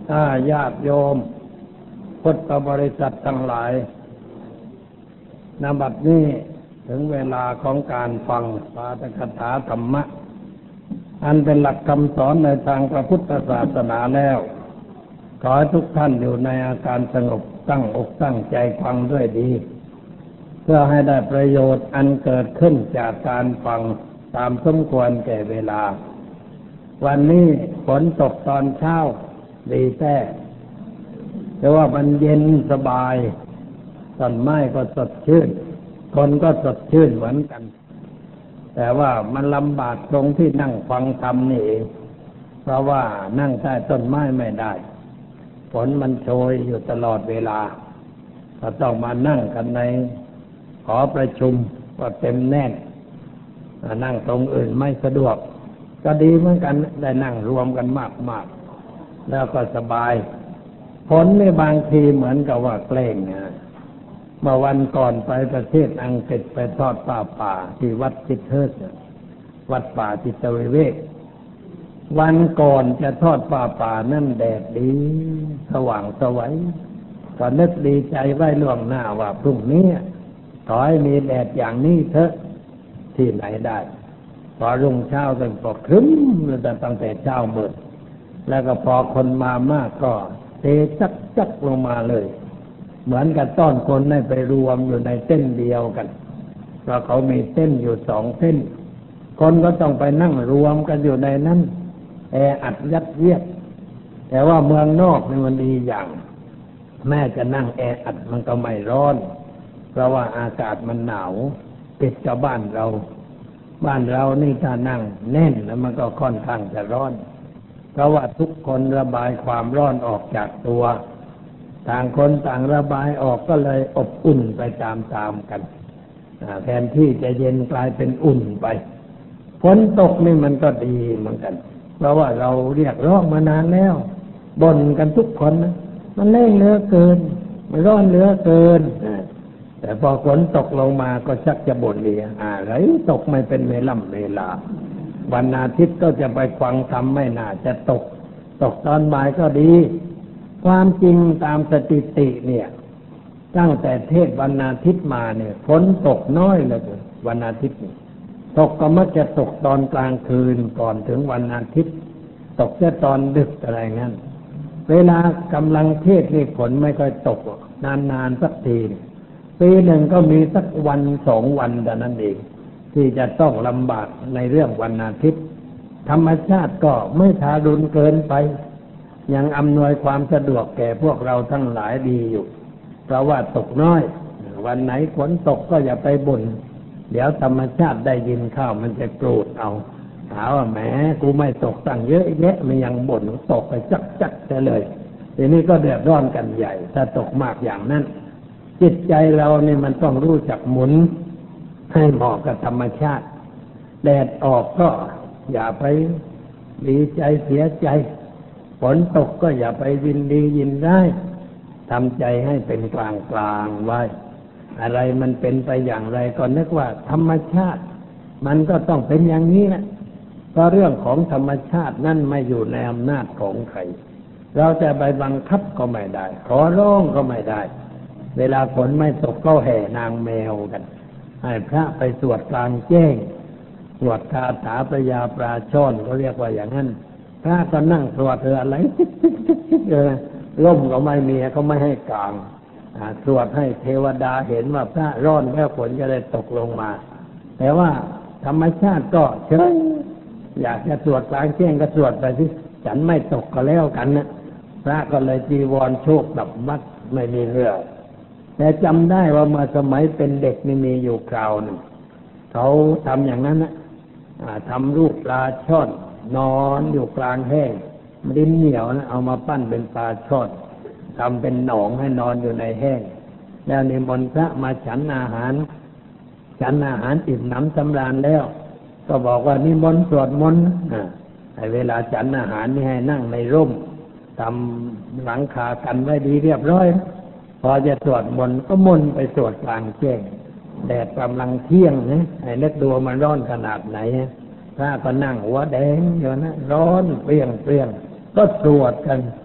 ญาติโยมพุทธบริษัททั้งหลายณ บัดนี้ถึงเวลาของการฟังปาฐกถาธรรมะอันเป็นหลักคำสอนในทางพระพุทธศาสนาแล้วขอให้ทุกท่านอยู่ในอาการสงบตั้งอกตั้งใจฟังด้วยดีเพื่อให้ได้ประโยชน์อันเกิดขึ้นจากการฟังตามสมควรแก่เวลาวันนี้ฝนตกตอนเช้าดีแท้แต่ว่ามันเย็นสบายต้นไม้ก็สดชื่นคนก็สดชื่นเหมือนกันแต่ว่ามันลำบากตรงที่นั่งฟังธรรมนี่เองเพราะว่านั่งใต้ต้นไม้ไม่ได้ฝนมันโชยอยู่ตลอดเวลาก็ต้องมานั่งกันในหอประชุมก็เต็มแน่นนั่งตรงอื่นไม่สะดวกก็ดีเหมือนกันได้นั่งรวมกันมากๆแล้วก็สบายฝนในบางทีเหมือนกับว่าแกล้งนะเมื่อวันก่อนไปประเทศอังกฤษไปทอดผ้าป่าที่วัดจิตเทิดวัดป่าจิตวิเวกวันก่อนจะทอดผ้าป่านั่นแดดดีสว่างสวยก็นึกดีใจไว้ล่วงหน้าว่าพรุ่งนี้ขอให้มีแดดอย่างนี้เถอะที่ไหนได้พอรุ่งเช้าก็ครึ้มตั้งแต่เช้ามืดแล้วก็พอคนมามากก็เทจักลงมาเลยเหมือนกับต้อนคนให้ไปรวมอยู่ในเต้นเดียวกันเพราะเขามีเต้นอยู่2 เต้นคนก็ต้องไปนั่งรวมกันอยู่ในนั้นแออัดยัดเยียดแต่ว่าเมืองนอกนี่มันดีอย่างแม้จะนั่งแออัดมันก็ไม่ร้อนเพราะว่าอากาศมันหนาวติดกับบ้านเรานี่ถ้านั่งแน่นแล้วมันก็ค่อนข้างจะร้อนเพราะว่าทุกคนระบายความร้อนออกจากตัวต่างคนต่างระบายออกก็เลยอบอุ่นไปตามๆกันแทนที่จะเย็นกลายเป็นอุ่นไปฝนตกนี่มันก็ดีเหมือนกันเพราะว่าเราเรียกร้องมานานแล้วบ่นกันทุกคนนะมันแรงเหลือเกินมันร้อนเหลือเกินแต่พอฝนตกลงมาก็ชักจะบ่นอีกอะไรตกไม่เป็นเวลาวันอาทิตย์ก็จะไปฟังธรรมไม่น่าจะตกตอนบ่ายก็ดีความจริงตามสถิติเนี่ยตั้งแต่เทศวันอาทิตย์มาเนี่ยฝนตกน้อยเลยวันอาทิตย์ตกก็มักจะตกตอนกลางคืนก่อนถึงวันอาทิตย์ตกแค่ตอนดึกอะไรงั้นเวลากำลังเทศนี่ฝนไม่ค่อยตกนานสักทีปีหนึ่งก็มีสักวัน2 วันแต่นั้นเองที่จะต้องลำบากในเรื่องวันอาทิตย์ธรรมชาติก็ไม่ทารุณเกินไปยังอำนวยความสะดวกแก่พวกเราทั้งหลายดีอยู่เพราะว่าตกน้อยวันไหนฝนตกก็อย่าไปบ่นเดี๋ยวธรรมชาติได้ยินข้าวมันจะโกรธเอาหาว่าแหมกูไม่ตกตั้งเยอะแยะมันยังบ่นตกไปจักๆเลยทีนี้ก็เดือดร้อนกันใหญ่ถ้าตกมากอย่างนั้นจิตใจเราเนี่ยมันต้องรู้จักหมุนให้เหมาะกับธรรมชาติแดดออกก็อย่าไปดีใจเสียใจฝนตกก็อย่าไปยินดียินร้ายทำใจให้เป็นกลางไว้อะไรมันเป็นไปอย่างไรก็นึกว่าธรรมชาติมันก็ต้องเป็นอย่างนี้นะเพราะเรื่องของธรรมชาตินั่นไม่อยู่ในอำนาจของใครเราจะไปบังคับก็ไม่ได้ขอร้องก็ไม่ได้เวลาฝนไม่ตกก็แห่นางแมวกันให้พระไปสวดกลางแจ้งสวดคาถาพระยาปราช่อนเขาเรียกว่าอย่างนั้นพระก็นั่งสวดอะไรล่มก็ไม่มีเขาไม่ให้กลางสวดให้เทวดาเห็นว่าพระร้อนแล้วฝนจะได้ตกลงมาแต่ว่าธรรมชาติก็เฉยอยากจะสวดกลางแจ้งก็สวดไปสิฉันไม่ตกก็แล้วกันนะพระก็เลยจีวรโชคดับมัดไม่มีเรื่องแต่จำได้ว่าเมื่อสมัยเป็นเด็กนี่มีอยู่คราวหนึ่งเขาทำอย่างนั้นนะทำรูปปลาช่อนนอนอยู่กลางแห้งดินเหนียวนะเอามาปั้นเป็นปลาช่อนทำเป็นหนองให้นอนอยู่ในแห้งแล้วนิมนต์พระมาฉันอาหารอิ่มหนำสำราญแล้วก็บอกว่านิมนต์สวดมนต์ให้เวลาฉันอาหารนี่ให้นั่งในร่มทำหลังคากันไว้ดีเรียบร้อยพอจะสวดมนต์ก็มนต์ไปสวดกลางแจ้งแดดกำลังเที่ยงนะให้นึกดูมันร้อนขนาดไหนพระก็นั่งหัวแดงอยู่นะร้อนเปรี้ยงก็สวดกัน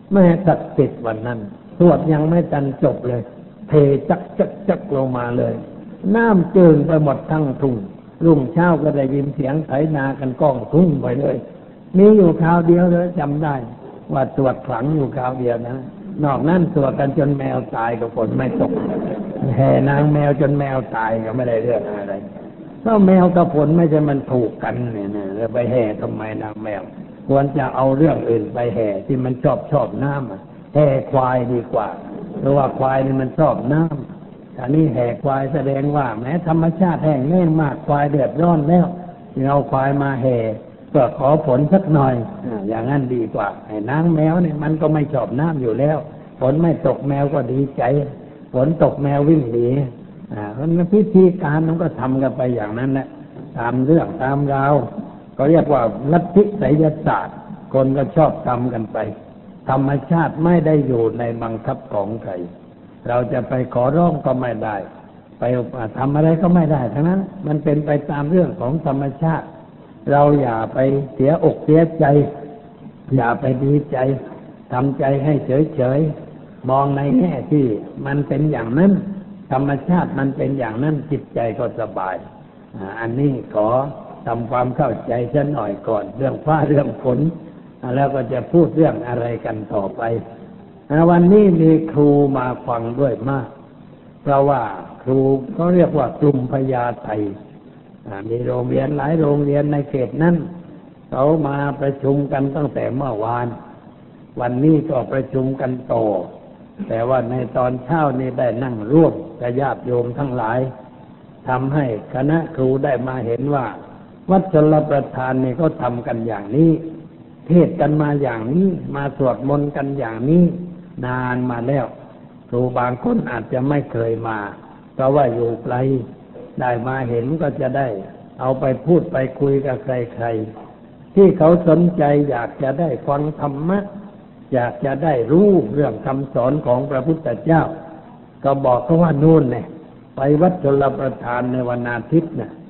แม่ศักดิ์สิทธิ์วันนั้นสวดยังไม่ทันจบเลยเทจักลงมาเลยน้ำจืดไปหมดทั้งทุ่งรุ่งเช้าก็ได้ยินเสียงไถนากันก้องทุ่งไปเลยมีอยู่คราวเดียวเลยจำได้ว่าสวดขลังอยู่คราวเดียวนะนอกนั้นสวดกันจนแมวตายก็ฝนไม่ตกแห่นางแมวจนแมวตายก็ไม่ได้เรื่องอะไรเพราะแมวกับฝนไม่ใช่มันถูกกันเนี่ยแล้วไปแห่ทำไมนางแมวควรจะเอาเรื่องอื่นไปแห่ที่มันชอบน้ำแห่ควายดีกว่าเพราะว่าควายนี่มันชอบน้ำอันนี้แห่ควายแสดงว่าแม้ธรรมชาติแห้งแล้งมากควายเดือดร้อนแล้วเอาควายมาแห่เพื่อขอฝนสักหน่อยอย่างนั้นดีกว่าไอ้นางแมวเนี่ยมันก็ไม่ชอบน้ำอยู่แล้วฝนไม่ตกแมวก็ดีใจฝนตกแมววิ่งหนีเพราะพิธีการมันก็ทำกันไปอย่างนั้นแหละตามเรื่องตามราวก็เรียกว่าลัทธิไสยศาสตร์คนก็ชอบทำกันไปธรรมชาติไม่ได้อยู่ในบังคับของใครเราจะไปขอร้องก็ไม่ได้ไปทำอะไรก็ไม่ได้ทั้งนั้นมันเป็นไปตามเรื่องของธรรมชาติเราอย่าไปเสียอกเสียใจอย่าไปดีใจทำใจให้เฉยๆมองในแง่ที่มันเป็นอย่างนั้นธรรมชาติมันเป็นอย่างนั้นจิตใจก็สบายอันนี้ขอทำความเข้าใจสักหน่อยก่อนเรื่องฟ้าเรื่องฝนแล้วก็จะพูดเรื่องอะไรกันต่อไปวันนี้มีครูมาฟังด้วยมากเพราะว่าครูก็เรียกว่ากลุ่มพญาไทมีโรงเรียนหลายโรงเรียนในเขตนั้นเขามาประชุมกันตั้งแต่เมื่อวานวันนี้ก็ประชุมกันต่อแต่ว่าในตอนเช้านี้ได้นั่งร่วมกับญาติโยมทั้งหลายทำให้คณะครูได้มาเห็นว่าวัดชลประทานนี่ก็ทำกันอย่างนี้เทศกันมาอย่างนี้มาสวดมนต์กันอย่างนี้นานมาแล้วครูบางคนอาจจะไม่เคยมาเพราะว่าอยู่ไกลได้มาเห็นก็จะได้เอาไปพูดไปคุยกับใครๆที่เขาสนใจอยากจะได้ฟังธรรมะอยากจะได้รู้เรื่องคำสอนของพระพุทธเจ้าก็บอกเขาว่านู่นเนี่ยไปวัดชลประทานในวันอาทิตย์เนี่ย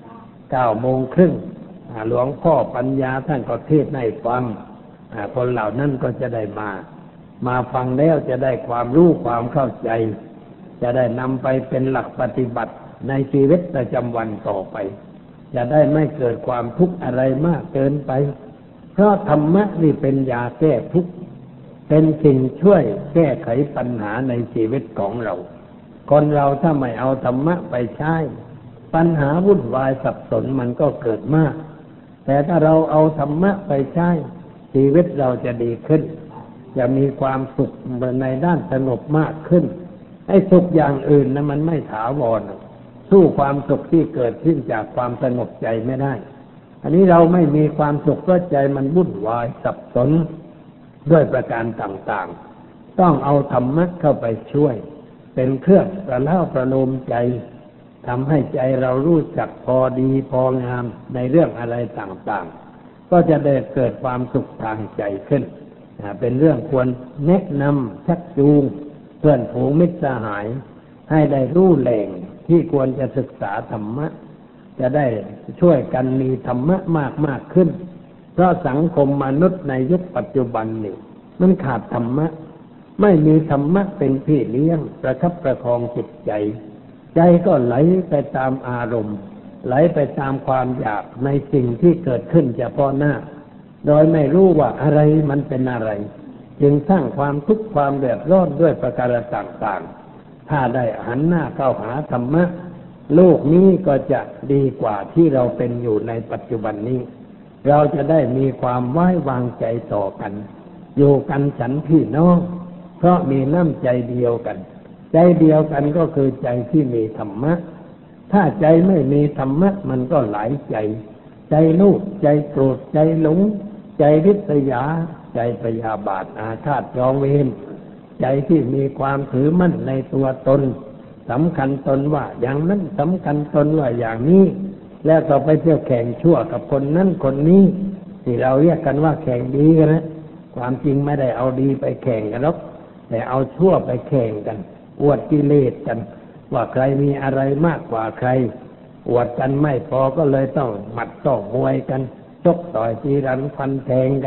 9:30หลวงพ่อปัญญาท่านก็เทศน์ให้ฟังคนเหล่านั้นก็จะได้มาฟังแล้วจะได้ความรู้ความเข้าใจจะได้นำไปเป็นหลักปฏิบัติในชีวิตประจำวันต่อไปจะได้ไม่เกิดความทุกข์อะไรมากเกินไปเพราะธรรมะนี่เป็นยาแก้ทุกข์เป็นสิ่งช่วยแก้ไขปัญหาในชีวิตของเราคนเราถ้าไม่เอาธรรมะไปใช้ปัญหาวุ่นวายสับสนมันก็เกิดมากแต่ถ้าเราเอาธรรมะไปใช้ชีวิตเราจะดีขึ้นจะมีความสุขในด้านสงบมากขึ้นไอ้สุขอย่างอื่นนะมันไม่ถาวรสู้ความสุขที่เกิดขึ้นจากความสงบใจไม่ได้อันนี้เราไม่มีความสุขเพราะใจมันวุ่นวายสับสนด้วยประการต่างๆต้องเอาธรรมะเข้าไปช่วยเป็นเครื่องประเล้าประโลมใจทำให้ใจเรารู้จักพอดีพองามในเรื่องอะไรต่างๆก็จะได้เกิดความสุขทางใจขึ้นเป็นเรื่องควรแนะนำชักจูงเพื่อนฝูงมิตรสหายให้ได้รู้แหล่งที่ควรจะศึกษาธรรมะจะได้ช่วยกันมีธรรมะมากขึ้นเพราะสังคมมนุษย์ในยุคปัจจุบันนี่มันขาดธรรมะไม่มีธรรมะเป็นพี่เลี้ยงประคับประคองจิตใจใจก็ไหลไปตามอารมณ์ไหลไปตามความอยากในสิ่งที่เกิดขึ้นเฉพาะหน้าโดยไม่รู้ว่าอะไรมันเป็นอะไรจึงสร้างความทุกข์ความเดือดร้อนด้วยประการต่างๆถ้าได้หันหน้าเข้าหาธรรมะโลกนี้ก็จะดีกว่าที่เราเป็นอยู่ในปัจจุบันนี้เราจะได้มีความไว้วางใจต่อกันอยู่กันฉันพี่น้องเพราะมีน้ำใจเดียวกันใจเดียวกันก็คือใจที่มีธรรมะถ้าใจไม่มีธรรมะมันก็หลายใจใจโลภใจโกรธใจหลงใจริษยาใจพยาบาทอาฆาตจองเวรใจที่มีความถือมั่นในตัวตนสำคัญตนว่าอย่างนั้นสำคัญตนว่าอย่างนี้แล้วก็ไปเที่ยวแข่งชั่วกับคนนั้นคนนี้ที่เราเรียกกันว่าแข่งดีกันนะความจริงไม่ได้เอาดีไปแข่งกันหรอกแต่เอาชั่วไปแข่งกันอวดกิเลสกันว่าใครมีอะไรมากกว่าใครอวดกันไม่พอก็เลยต้องหมัดต้องมวยกันชกต่อยตีรันฟันแทงกัน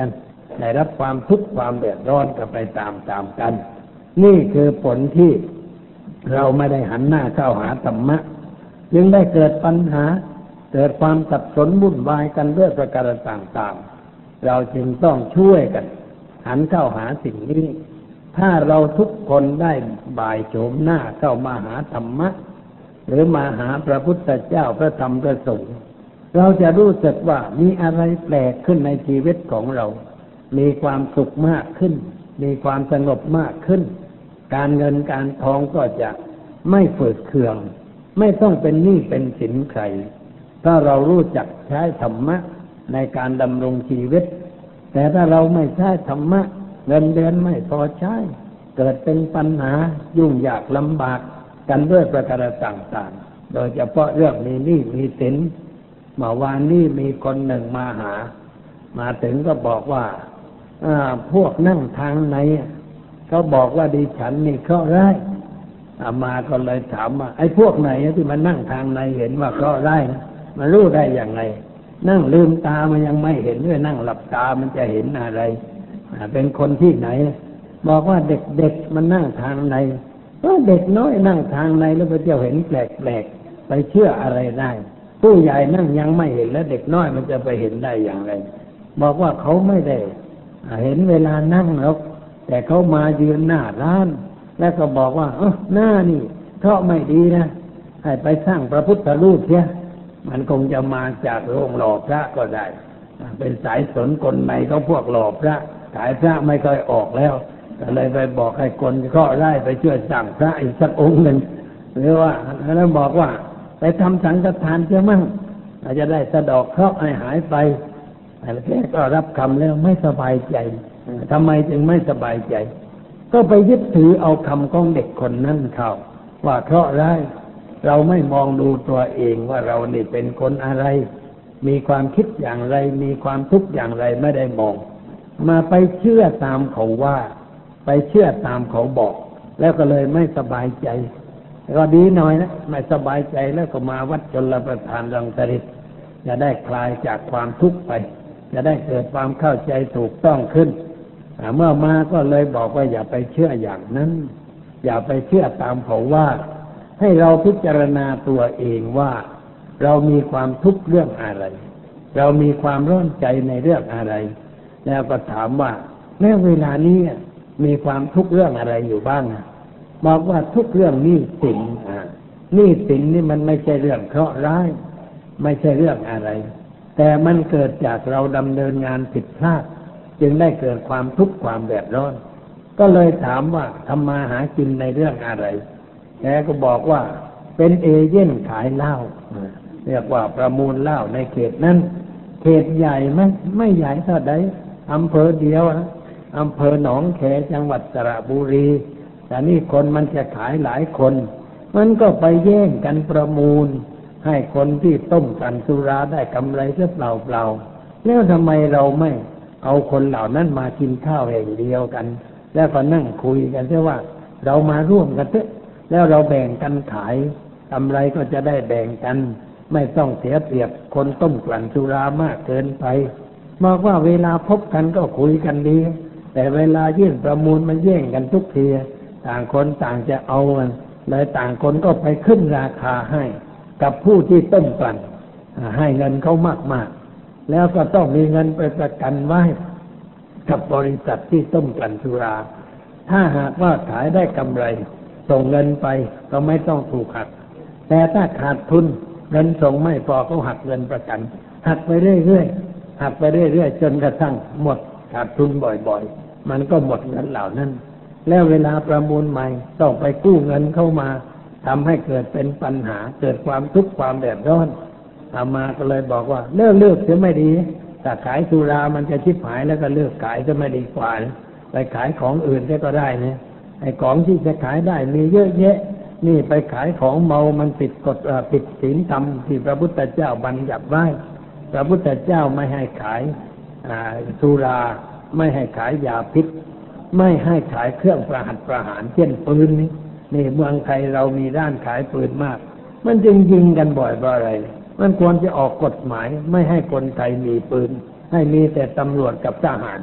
ได้รับความทุกข์ความเดือดร้อนกันไปตามกัน นี่คือผลที่เราไม่ได้หันหน้าเข้าหาธรรมะจึงได้เกิดปัญหาเกิดความสับสนวุ่นวายกันด้วยประการต่างๆเราจึงต้องช่วยกันหันเข้าหาสิ่งนี้ถ้าเราทุกคนได้บ่ายโฉมหน้าเข้ามาหาธรรมะหรือมาหาพระพุทธเจ้าพระธรรมพระสงฆ์เราจะรู้สึกว่ามีอะไรแปลกขึ้นในชีวิตของเรามีความสุขมากขึ้นมีความสงบมากขึ้นการเงินการทองก็จะไม่ฝืดเคืองไม่ต้องเป็นหนี้เป็นสินใครถ้าเรารู้จักใช้ธรรมะในการดำรงชีวิตแต่ถ้าเราไม่ใช้ธรรมะเงินเดือนไม่พอใช้เกิดเป็นปัญหายุ่งยากลำบากกันด้วยประการต่างๆโดยเฉพาะเรื่องมีหนี้มีสินเมื่อวานนี้มีคนหนึ่งมาถึงก็บอกว่าพวกนั่งทางไหนเขาบอกว่าดิฉันนี่เคราะห์ร้ายมาก็เลยถามว่าไอ้พวกไหนที่มันนั่งทางไหนเห็นว่าเคราะห์ร้ายนะมันรู้ได้อย่างไรนั่งลืมตามันยังไม่เห็นด้วยนั่งหลับตามันจะเห็นอะไรเป็นคนที่ไหนบอกว่าเด็กๆมันนั่งทางไหนก็เด็กน้อยนั่งทางไหนแล้วพระเจ้าเห็นแปลกๆไปเชื่ออะไรได้ผู้ใหญ่นั่งยังไม่เห็นแล้วเด็กน้อยมันจะไปเห็นได้อย่างไรบอกว่าเขาไม่ได้เห็นเวลานั่งหรอกแต่เขามายืนหน้าร้านแล้วก็บอกว่าหน้านี่เพราะไม่ดีนะให้ไปสร้างพระพุทธรูปเสียมันคงจะมาจากโรงหล่อพระก็ได้เป็นสายสนคนในเขาพวกหล่อพระขายพระไม่ค่อยออกแล้วก็เลยไปบอกให้คนเคราะห์ร้ายไปช่วยสร้างพระอีกสักองค์หนึ่งหรือว่าแล้วบอกว่าไปทำสังฆทานเสียมั่งอาจจะได้สะดอกเคราะห์ให้หายไปแต่แกก็รับคำแล้วไม่สบายใจทำไมจึงไม่สบายใจก็ไปยึดถือเอาคำของเด็กคนนั้นเข้าว่าเคราะห์ร้ายเราไม่มองดูตัวเองว่าเรานี่เป็นคนอะไรมีความคิดอย่างไรมีความทุกข์อย่างไรไม่ได้มองมาไปเชื่อตามเขาว่าไปเชื่อตามเขาบอกแล้วก็เลยไม่สบายใจก็ดีหน่อยนะไม่สบายใจแล้วก็มาวัดชลประทานรังสฤษฎ์จะได้คลายจากความทุกข์ไปจะได้เกิดความเข้าใจถูกต้องขึ้นเมื่อมาก็เลยบอกว่าอย่าไปเชื่ออย่างนั้นอย่าไปเชื่อตามเขาว่าให้เราพิจารณาตัวเองว่าเรามีความทุกข์เรื่องอะไรเรามีความร้อนใจในเรื่องอะไรแล้วก็ถามว่าในเวลานี้มีความทุกข์เรื่องอะไรอยู่บ้างบอกว่าทุกเรื่องหนี้สินหนี้สินนี่มันไม่ใช่เรื่องเคราะห์ร้ายไม่ใช่เรื่องอะไรแต่มันเกิดจากเราดำเนินงานผิดพลาดจึงได้เกิดความทุกข์ความเดือดร้อนก็เลยถามว่าทำมาหากินในเรื่องอะไรแกก็บอกว่าเป็นเอเย่นขายเหล้าเรียกว่าประมูลเหล้าในเขตนั้นเขตใหญ่ไหมไม่ใหญ่เท่าใดอำเภอเดียวอำเภอหนองแขจังหวัดสระบุรีแต่นี่คนมันจะขายหลายคนมันก็ไปแย่งกันประมูลให้คนที่ต้มกันสุราได้กำไรเสียเปล่าๆแล้วทำไมเราไม่เอาคนเหล่านั้นมากินข้าวแห่งเดียวกันแล้วก็นั่งคุยกันเสียว่าเรามาร่วมกันเถอะแล้วเราแบ่งกันขายกำไรก็จะได้แบ่งกันไม่ต้องเสียเปรียบคนต้มกลั่นสุรามากเกินไปบอกว่าเวลาพบกันก็คุยกันดีแต่เวลายื่นประมูลมันแย่งกันทุกทีต่างคนต่างจะเอาเลยต่างคนก็ไปขึ้นราคาให้กับผู้ที่ต้มกลั่นให้เงินเขามากๆแล้วก็ต้องมีเงินไปประกันไว้กับบริษัทที่ต้มกลั่นสุราถ้าหากว่าขายได้กำไรส่งเงินไปก็ไม่ต้องถูกหักแต่ถ้าขาดทุนเงินส่งไม่พอเขาหักเงินประกันหักไปเรื่อยๆหักไปเรื่อยๆจนกระทั่งหมดขาดทุนบ่อยๆมันก็หมดเงินเหล่านั้นแล้วเวลาประมูลใหม่ต้องไปกู้เงินเข้ามาทำให้เกิดเป็นปัญหาเกิดความทุกข์ความเดือดร้อนอามาก็เลยบอกว่าเลิกเสียไม่ดีถ้าขายสุรามันจะชิบหายแล้วก็เลิกขายจะไม่ดีกว่าไปขายของอื่นก็ได้นะไอ้ของที่จะขายได้มีเยอะแยะนี่ไปขายของเมามันผิดกฎผิดศีลธรรมที่พระพุทธเจ้าบัญญัติไว้พระพุทธเจ้าไม่ให้ขายสุราไม่ให้ขายยาพิษไม่ให้ขายเครื่องประหัตประหารเช่นปืนนี่เมืองไทยเรามีร้านขายปืนมากมันจึงยิงกันบ่อยเพราะอะไรมันควรจะออกกฎหมายไม่ให้คนไทยมีปืนให้มีแต่ตำรวจกับทหาร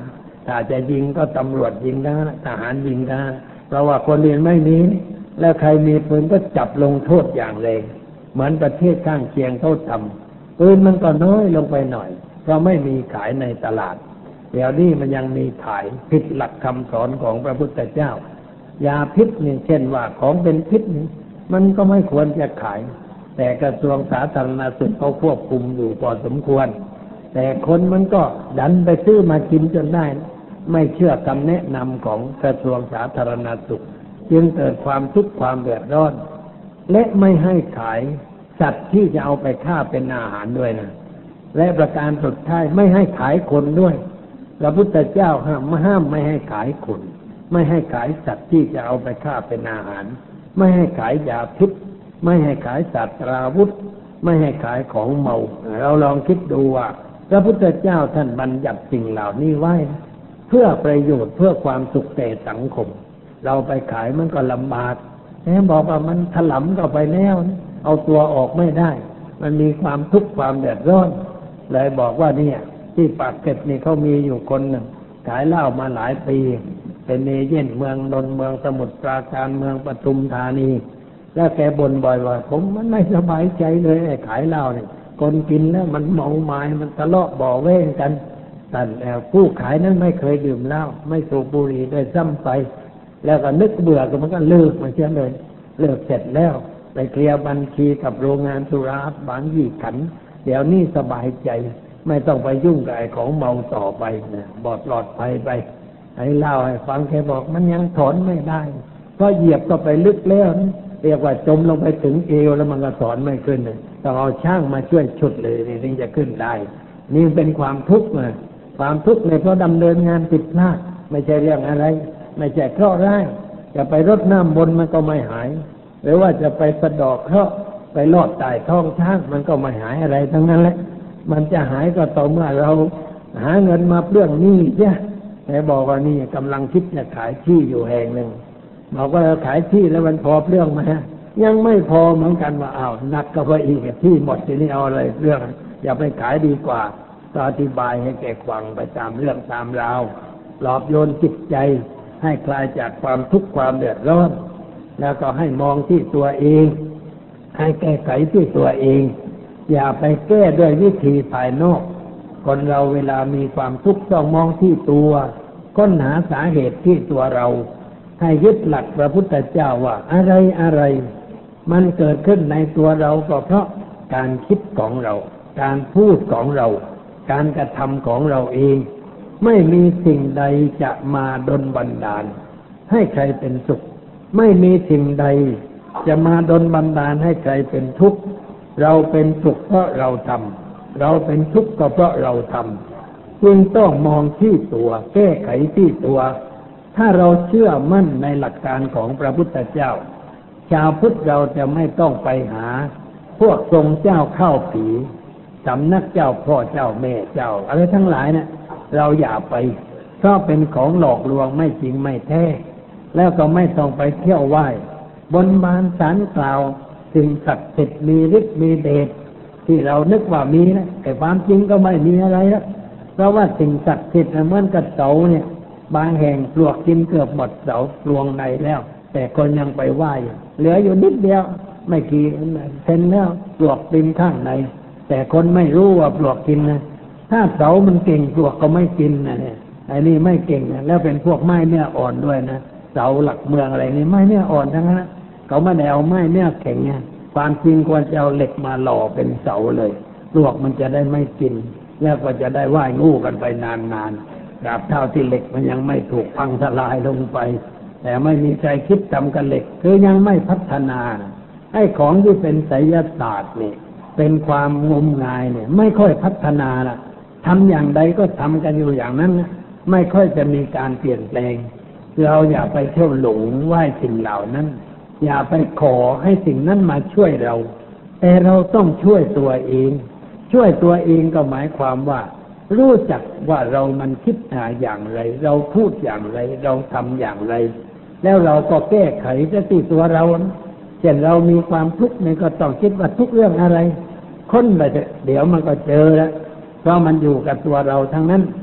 ถ้าจะยิงก็ตำรวจยิงได้ทหารยิงได้เพราะว่าคนเรียนไม่มีแล้วใครมีปืนก็จับลงโทษอย่างแรงเหมือนประเทศข้างเคียงเขาทำปืนมันก็น้อยลงไปหน่อยเพราะไม่มีขายในตลาดเดี๋ยวนี้มันยังมีขายผิดหลักคำสอนของพระพุทธเจ้ายาพิษนี่เช่นว่าของเป็นพิษนี่มันก็ไม่ควรจะขายแต่กระทรวงสาธารณสุขเขาควบคุมอยู่พอสมควรแต่คนมันก็ดันไปซื้อมากินจนได้ไม่เชื่อคำแนะนำของกระทรวงสาธารณสุขจึงเกิดความทุกข์ความเดือดร้อนและไม่ให้ขายสัตว์ที่จะเอาไปฆ่าเป็นอาหารด้วยนะและประการสุดท้ายไม่ให้ขายคนด้วยพระพุทธเจ้าห้ามไม่ให้ขายคนไม่ให้ขายสัตว์ที่จะเอาไปฆ่าเป็นอาหารไม่ให้ขายยาพิษไม่ให้ขายสัตว์ราวุธไม่ให้ขายของเมาเราลองคิดดูว่าพระพุทธเจ้าท่านบัญญัติสิ่งเหล่านี้ไว้เพื่อประโยชน์เพื่อความสุขแก่สังคมเราไปขายมันก็ลำบากแค่บอกว่ามันถลำเข้าไปแล้วเอาตัวออกไม่ได้มันมีความทุกข์ความเดือดร้อนเลยบอกว่าเนี่ยที่ปากเกร็ดนี่เขามีอยู่คนหนึ่งขายเหล้ามาหลายปีเป็นเอเย่นเมืองนนท์เมืองสมุทรปราการเมืองปทุมธานีแล้วแกบ่นบ่อยว่าผมมันไม่สบายใจเลยไอ้ขายเหล้าเนี่ยคนกินแล้วมันเมาหมายมันทะเลาะเบาะแว้งกันแต่ผู้ขายนั้นไม่เคยดื่มเหล้าไม่สูบบุหรี่ด้วยซ้ำไปแล้วก็นึกเบื่อก็มันก็เลิกมาเช่นเลยเลิกเสร็จแล้วไปเคลียร์บัญชีกับโรงงานสุราบางยี่ขันเดี๋ยวนี้สบายใจไม่ต้องไปยุ่งกับไอ้ของเมาต่อไปนะปลอดภัยไปให้เล่าให้ฟังแกบอกมันยังถอนไม่ได้เพราะเหยียบก็ไปลึกแล้วเรียกว่าจมลงไปถึงเอวแล้วมันก็ถอนไม่ขึ้นเลยต้องเอาช่างมาช่วยฉุดเลยถึงจะขึ้นได้นี่เป็นความทุกข์นะความทุกข์เลยเพราะดำเนินงานผิดพลาดไม่ใช่เรื่องอะไรไม่ใช่เคราะห์ร้ายจะไปรดน้ำบนมันก็ไม่หายหรือว่าจะไปสะดอกเคราะห์ไปลอดใต้ท้องช้างมันก็ไม่หายอะไรทั้งนั้นแหละมันจะหายก็ต่อเมื่อเราหาเงินมาเปลื้องหนี้ใช่แต่บอกว่านี่กำลังคิดจะขายที่อยู่แห่งหนึ่งบอกว่าขายที่แล้วมันพอเปลื้องไหมยังไม่พอเหมือนกันว่าอ้าวหนักก็ไปอีกที่หมดทีนี้เอาอะไรเปลื้องอย่าไปขายดีกว่าก็อธิบายให้แกฟังไปตามเรื่องตามราวหลอบโยนจิตใจให้คลายจากความทุกข์ความเดือดร้อนแล้วก็ให้มองที่ตัวเองให้แก้ไขที่ตัวเองอย่าไปแก้ด้วยวิธีภายนอกคนเราเวลามีความทุกข์ต้องมองที่ตัวค้นหาสาเหตุที่ตัวเราให้ยึดหลักพระพุทธเจ้าว่าอะไรมันเกิดขึ้นในตัวเราก็เพราะการคิดของเราการพูดของเราการกระทำของเราเองไม่มีสิ่งใดจะมาดลบันดาลให้ใครเป็นสุขไม่มีสิ่งใดจะมาดลบันดาลให้ใครเป็นทุกข์เราเป็นสุขเพราะเราทำเราเป็นทุกข์ก็เพราะเราทำจึงต้องมองที่ตัวแก้ไขที่ตัวถ้าเราเชื่อมั่นในหลักการของพระพุทธเจ้าชาวพุทธเราจะไม่ต้องไปหาพวกทรงเจ้าเข้าผีสำนักเจ้าพ่อเจ้าแม่เจ้าอะไรทั้งหลายเนี่ยเราอย่าไปเพราะเป็นของหลอกลวงไม่จริงไม่แท้แล้วก็ไม่ต้องไปเที่ยวไหว้บนบานศาลกล่าวสิ่งศักดิ์สิทธิ์มีฤทธิ์มีเดชที่เรานึกว่ามีนะแต่ความจริงก็ไม่มีอะไรแล้วเพราะว่าสิ่งศักดิ์สิทธิ์เหมือนกับเสาเนี่ยบางแห่งปลวกกินเกือบหมดเสาปลวงในแล้วแต่คนยังไปไหว้เหลืออยู่นิดเดียวไม่กี่เซนแล้วปลวกกินข้างในแต่คนไม่รู้ว่าปลวกกินนะถ้าเสามันเก่งปลวกก็ไม่กินนะเนี่ยไอ้นี่ไม่เก่งนะแล้วเป็นพวกไม้เนื้ออ่อนด้วยนะเสาหลักเมืองอะไรนี่ไม้เนื้ออ่อนทั้งนั้นเขาไม่ได้เอาไม้เนื้อแข็งไงความจริงควรจะเอาเหล็กมาหล่อเป็นเสาเลยปลวกมันจะได้ไม่กินแล้วก็จะได้ไหว้งูกันไปนานๆตราบเท่าที่เหล็กมันยังไม่ถูกพังทลายลงไปแต่ไม่มีใครคิดทำกันเหล็กคือยังไม่พัฒนาไอ้ของที่เป็นไสยศาสตร์นี่เป็นความงมงายเนี่ยไม่ค่อยพัฒนาล่ะทำอย่างใดก็ทำกันอยู่อย่างนั้นนะไม่ค่อยจะมีการเปลี่ยนแปลงเราอย่าไปเที่ยวหลงไหว้สิ่งเหล่านั้นอย่าไปขอให้สิ่งนั้นมาช่วยเราแต่เราต้องช่วยตัวเองช่วยตัวเองก็หมายความว่ารู้จักว่าเรามันคิดอย่างไรเราพูดอย่างไรเราทำอย่างไรแล้วเราก็แก้ไขที่ตัวเราเช่นเรามีความทุกข์นี่ก็ต้องคิดว่าทุกเรื่องอะไรค้นไปเดี๋ยวมันก็เจอแล้วเพราะมันอยู่กับตัวเราทั้งนั้น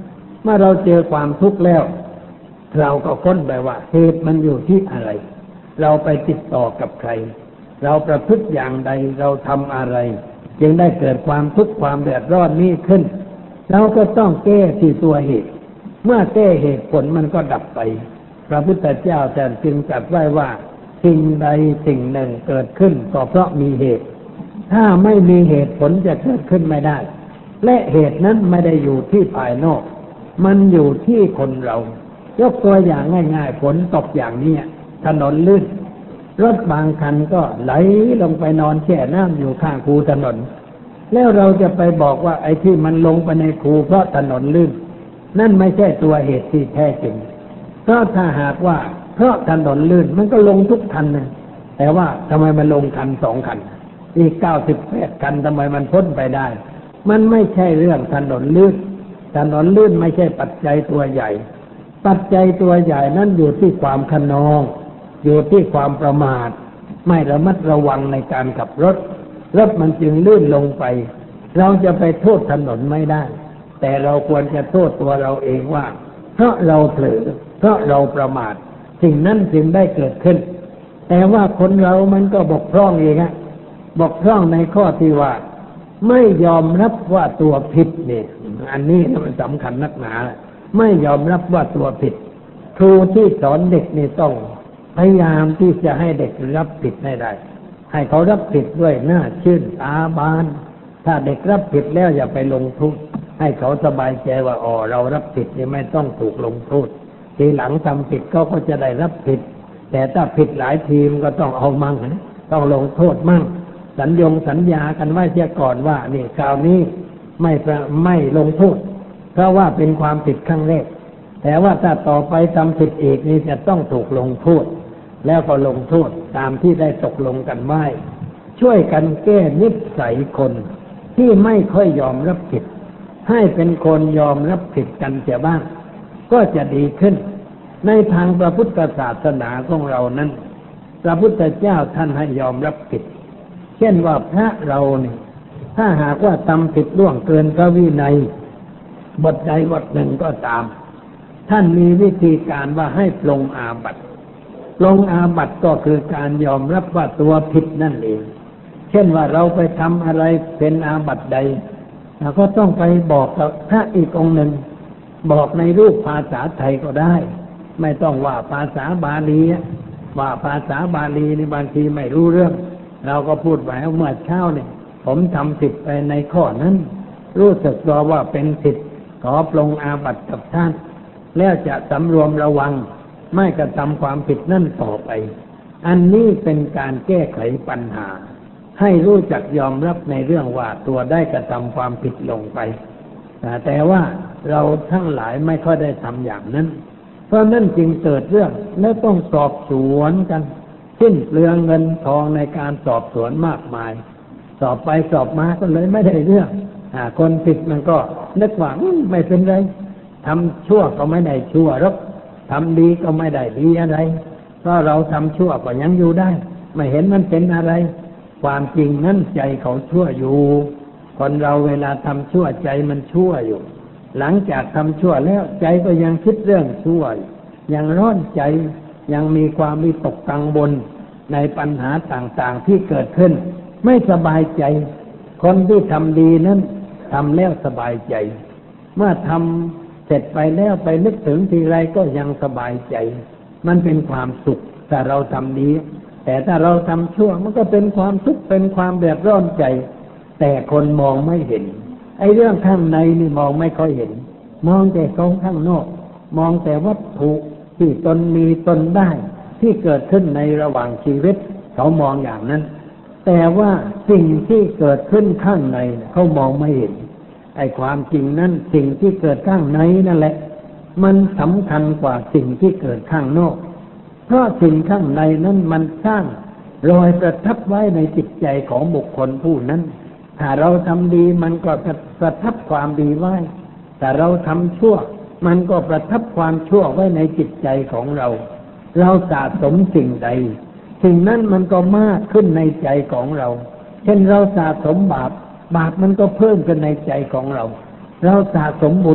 เมื่อเราเจอความทุกข์แล้วเราก็ค้นไปว่าเหตุมันอยู่ที่อะไรเราไปติดต่อกับใครเราประพฤติอย่างใดเราทำอะไรจึงได้เกิดความทุกข์ความเดือดร้อนนี้ขึ้นเราก็ต้องแก้ที่ตัวเหตุเมื่อแก้เหตุผลมันก็ดับไปพระพุทธเจ้าท่านจึงตรัสไว้ว่าสิ่งใดสิ่งหนึ่งเกิดขึ้นก็เพราะมีเหตุถ้าไม่มีเหตุผลจะเกิดขึ้นไม่ได้และเหตุนั้นไม่ได้อยู่ที่ภายนอกมันอยู่ที่คนเรายกตัวอย่างง่ายๆฝนตกอย่างนี้ถนนลื่นรถบางคันก็ไหลลงไปนอนแช่น้ำอยู่ข้างคูถนนแล้วเราจะไปบอกว่าไอ้ที่มันลงไปในคูเพราะถนนลื่นนั่นไม่ใช่ตัวเหตุที่แท้จริงเพราะถ้าหากว่าเพราะถนนลื่นมันก็ลงทุกคันนะแต่ว่าทำไมมันลงคัน2 คันอีก98 คันทำไมมันพ้นไปได้มันไม่ใช่เรื่องถนนลื่นถนนลื่นไม่ใช่ปัจจัยตัวใหญ่ปัจจัยตัวใหญ่นั้นอยู่ที่ความคะนองอยู่ที่ความประมาทไม่ระมัดระวังในการขับรถมันจึงลื่นลงไปเราจะไปโทษถนนไม่ได้แต่เราควรจะโทษตัวเราเองว่าเพราะเราเผลอเพราะเราประมาทสิ่งนั้นจึงได้เกิดขึ้นแต่ว่าคนเรามันก็บกพร่องเองบกพร่องในข้อที่ว่าไม่ยอมรับว่าตัวผิดเนี่ยอันนี้มันสำคัญนักหนาไม่ยอมรับว่าตัวผิดครูที่สอนเด็กนี่ต้องพยายามที่จะให้เด็กรับผิดได้ให้เขารับผิดด้วยหน้าชื่นตาบานถ้าเด็กรับผิดแล้วอย่าไปลงโทษให้เขาสบายใจว่าอ๋อเรารับผิดนี่ไม่ต้องถูกลงโทษทีหลังทำผิดเขาก็จะได้รับผิดแต่ถ้าผิดหลายทีมก็ต้องเอามั่งต้องลงโทษมั่งสัญญากันไว้เสียก่อนว่านี่คราวนี้ไม่ลงโทษเพราะว่าเป็นความผิดครั้งแรกแต่ว่าถ้าต่อไปทำผิดอีกนี่จะต้องถูกลงโทษแล้วก็ลงโทษตามที่ได้ตกลงกันไว้ช่วยกันแก้นิสัยคนที่ไม่ค่อยยอมรับผิดให้เป็นคนยอมรับผิดกันเสียบ้างก็จะดีขึ้นในทางพระพุทธศาสนาของเรานั้นพระพุทธเจ้าท่านให้ยอมรับผิดเช่นว่าพระเราเนี่ยถ้าหากว่าทำผิดล่วงเกินพระวินัยบทใดบทหนึ่งก็ตามท่านมีวิธีการว่าให้ปลงอาบัติปลงอาบัติก็คือการยอมรับว่าตัวผิดนั่นเองเช่นว่าเราไปทำอะไรเป็นอาบัติใดเราก็ต้องไปบอกกับพระอีกองค์หนึ่งบอกในรูปภาษาไทยก็ได้ไม่ต้องว่าภาษาบาลีว่าภาษาบาลีในบางทีไม่รู้เรื่องเราก็พูดไว้เมื่อเช้าเนี่ยผมทำผิดไปในข้อนั้นรู้สึกตัวว่าเป็นผิดขอปลงอาบัติกับท่านแล้วจะสำรวมระวังไม่กระทำความผิดนั่นต่อไปอันนี้เป็นการแก้ไขปัญหาให้รู้จักยอมรับในเรื่องว่าตัวได้กระทำความผิดลงไปแต่ว่าเราทั้งหลายไม่ค่อยได้ทำอย่างนั้นเพราะนั่นจึงเกิดเรื่องและต้องสอบสวนกันสิ้นเปลืองเงินทองในการสอบสวนมากมายสอบไปสอบมาก็เลยไม่ได้เรื่องคนผิดมันก็นึกว่าไม่เป็นไรทำชั่วก็ไม่ได้ชั่วหรอกทำดีก็ไม่ได้ดีอะไรเพราะเราทำชั่วก็ยังอยู่ได้ไม่เห็นมันเป็นอะไรความจริงนั้นใจเขาชั่วอยู่คนเราเวลาทำชั่วใจมันชั่วอยู่หลังจากทำชั่วแล้วใจก็ยังคิดเรื่องชั่วยังร้อนใจยังมีความวิตกกังวลในปัญหาต่างๆที่เกิดขึ้นไม่สบายใจคนที่ทำดีนั้นทำแล้วสบายใจเมื่อทำเสร็จไปแล้วไปนึกถึงทีไรก็ยังสบายใจมันเป็นความสุขแต่เราทำดีแต่ถ้าเราทำชั่วมันก็เป็นความทุกข์เป็นความเดือดร้อนใจแต่คนมองไม่เห็นไอ้เรื่องข้างในนี่มองไม่ค่อยเห็นมองแต่ของข้างนอกมองแต่วัตถุที่ตนมีตนได้ที่เกิดขึ้นในระหว่างชีวิตเขามองอย่างนั้นแต่ว่าสิ่งที่เกิดขึ้นข้างในเขามองไม่เห็นไอ้ความจริงนั้นสิ่งที่เกิดข้างในนั่นแหละมันสำคัญกว่าสิ่งที่เกิดข้างนอกเพราะสิ่งข้างในนั้นมันสร้างรอยประทับไว้ในจิตใจของบุคคลผู้นั้นถ้าเราทำดีมันก็ประทับความดีไว้แต่เราทำชั่วมันก็ประทับความชั่วไว้ในจิตใจของเราเราสะสมสิ่งใดสิ่งนั้นมันก็มากขึ้นในใจของเราเช่นเราสะสมบาปมันก็เพิ่มขึ้นในใจของเราเราสะสมบุญ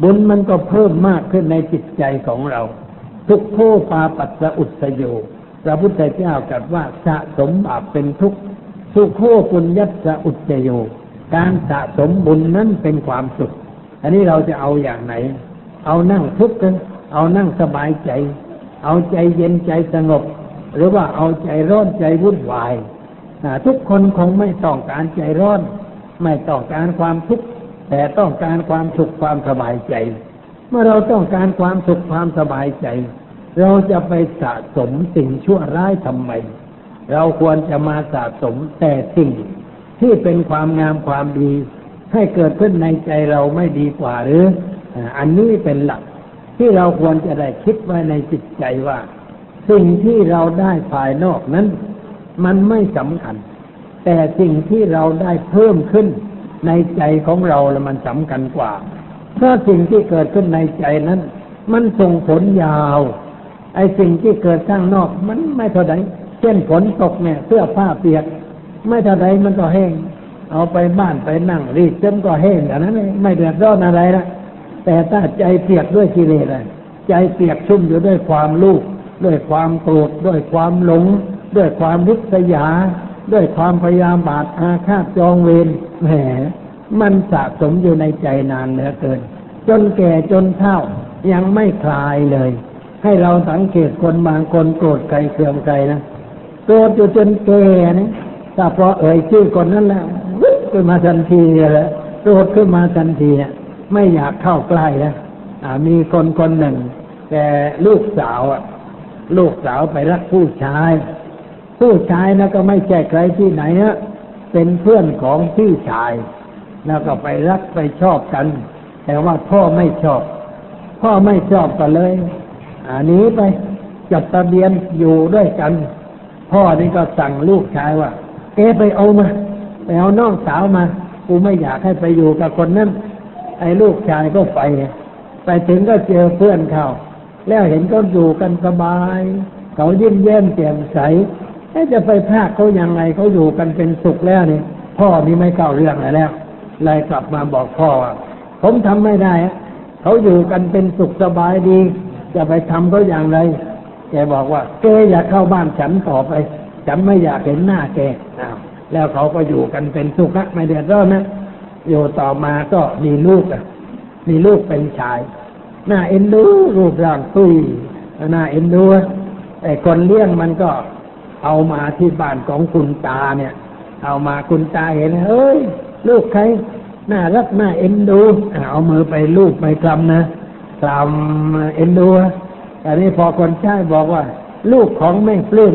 บุญมันก็เพิ่มมากขึ้นในจิตใจของเราทุกโขปาปัสสะอุสโยพระพุทธเจ้าตรัสว่าสะสมบาปเป็นทุกข์สุโขปุญญัสสะอุสโยการสะสมบุญนั้นเป็นความสุขอันนี้เราจะเอาอย่างไหนเอานั่งทุกข์กันเอานั่งสบายใจเอาใจเย็นใจสงบหรือว่าเอาใจร้อนใจวุ่นวายทุกคนคงไม่ต้องการใจร้อนไม่ต้องการความทุกข์แต่ต้องการความสุขความสบายใจเมื่อเราต้องการความสุขความสบายใจเราจะไปสะสมสิ่งชั่วร้ายทำไมเราควรจะมาสะสมแต่สิ่งที่เป็นความงามความดีให้เกิดขึ้นในใจเราไม่ดีกว่าหรืออันนี้เป็นหลักที่เราควรจะได้คิดไว้ในจิตใจว่าสิ่งที่เราได้ภายนอกนั้นมันไม่สำคัญแต่สิ่งที่เราได้เพิ่มขึ้นในใจของเราแล้วมันสำคัญกว่าเพราะสิ่งที่เกิดขึ้นในใจนั้นมันส่งผลยาวไอ้สิ่งที่เกิดข้างนอกมันไม่เท่าใดเช่นฝนตกเนี่ยเสื้อผ้าเปียกไม่เท่าใดมันก็แห้งเอาไปบ้านไปนั่งรีดจนก็แห้งอย่างนั้นไม่เดือดร้อนอะไรนะแต่ถ้าใจเปียกด้วยกิเลสใจเปียกชุ่มอยู่ด้วยความโลภด้วยความโกรธด้วยความหลงด้วยความริษยาด้วยความพยาบาทอาฆาตจองเวรแหมมันสะสมอยู่ในใจนานเหลือเกินจนแก่จนเฒ่ายังไม่คลายเลยให้เราสังเกตคนบางคนโกรธใครเคืองใครนะโกรธอยู่จนแก่นะถ้าพอเอ่ยชื่อคนนั้นแล้วขึ้นมาทันทีเลยโกรธขึ้นมาทันทีเนี่ยไม่อยากเข้าใกล้นะมีคนหนึ่งแต่ลูกสาวไปรักผู้ชายนะก็ไม่ใช่ใครที่ไหนนะเป็นเพื่อนของพี่ชายแล้วก็ไปรักไปชอบกันแต่ว่าพ่อไม่ชอบก็เลยหนีไปจดทะเบียนอยู่ด้วยกันพ่อนี่ก็สั่งลูกชายว่าไปเอาน้องสาวมากูไม่อยากให้ไปอยู่กับคนนั้นไอ้ลูกชายก็ไปถึงก็เจอเพื่อนเขาแล้วเห็นเขาอยู่กันสบายเขายิ้มแย้มแจ่มใสจะไปพากเขายังไงเขาอยู่กันเป็นสุขแล้วนี่พ่อนี่ไม่เข้าเรื่องแล้วเลยกลับมาบอกพ่อว่าผมทำไม่ได้เขาอยู่กันเป็นสุขสบายดีจะไปทำเขาอย่างไรแกบอกว่าแกอยากเข้าบ้านฉันต่อไปฉันไม่อยากเห็นหน้าแกแล้วเขาก็อยู่กันเป็นสุขนะไม่เดือดร้อนนะอยู่ต่อมาก็มีลูกเป็นชายน่าเอ็นดูรูปร่างตุ้ยน่าเอ็นดูแต่คนเลี้ยงมันก็เอามาที่บ้านของคุณตาเนี่ยเอามาคุณตาเห็นเฮ้ยลูกใครน่ารักน่าเอ็นดูเอามือไปลูบไปคลำนะคลำเอ็นดูแต่นี่พอคนใช้บอกว่าลูกของแม่ปลื้ม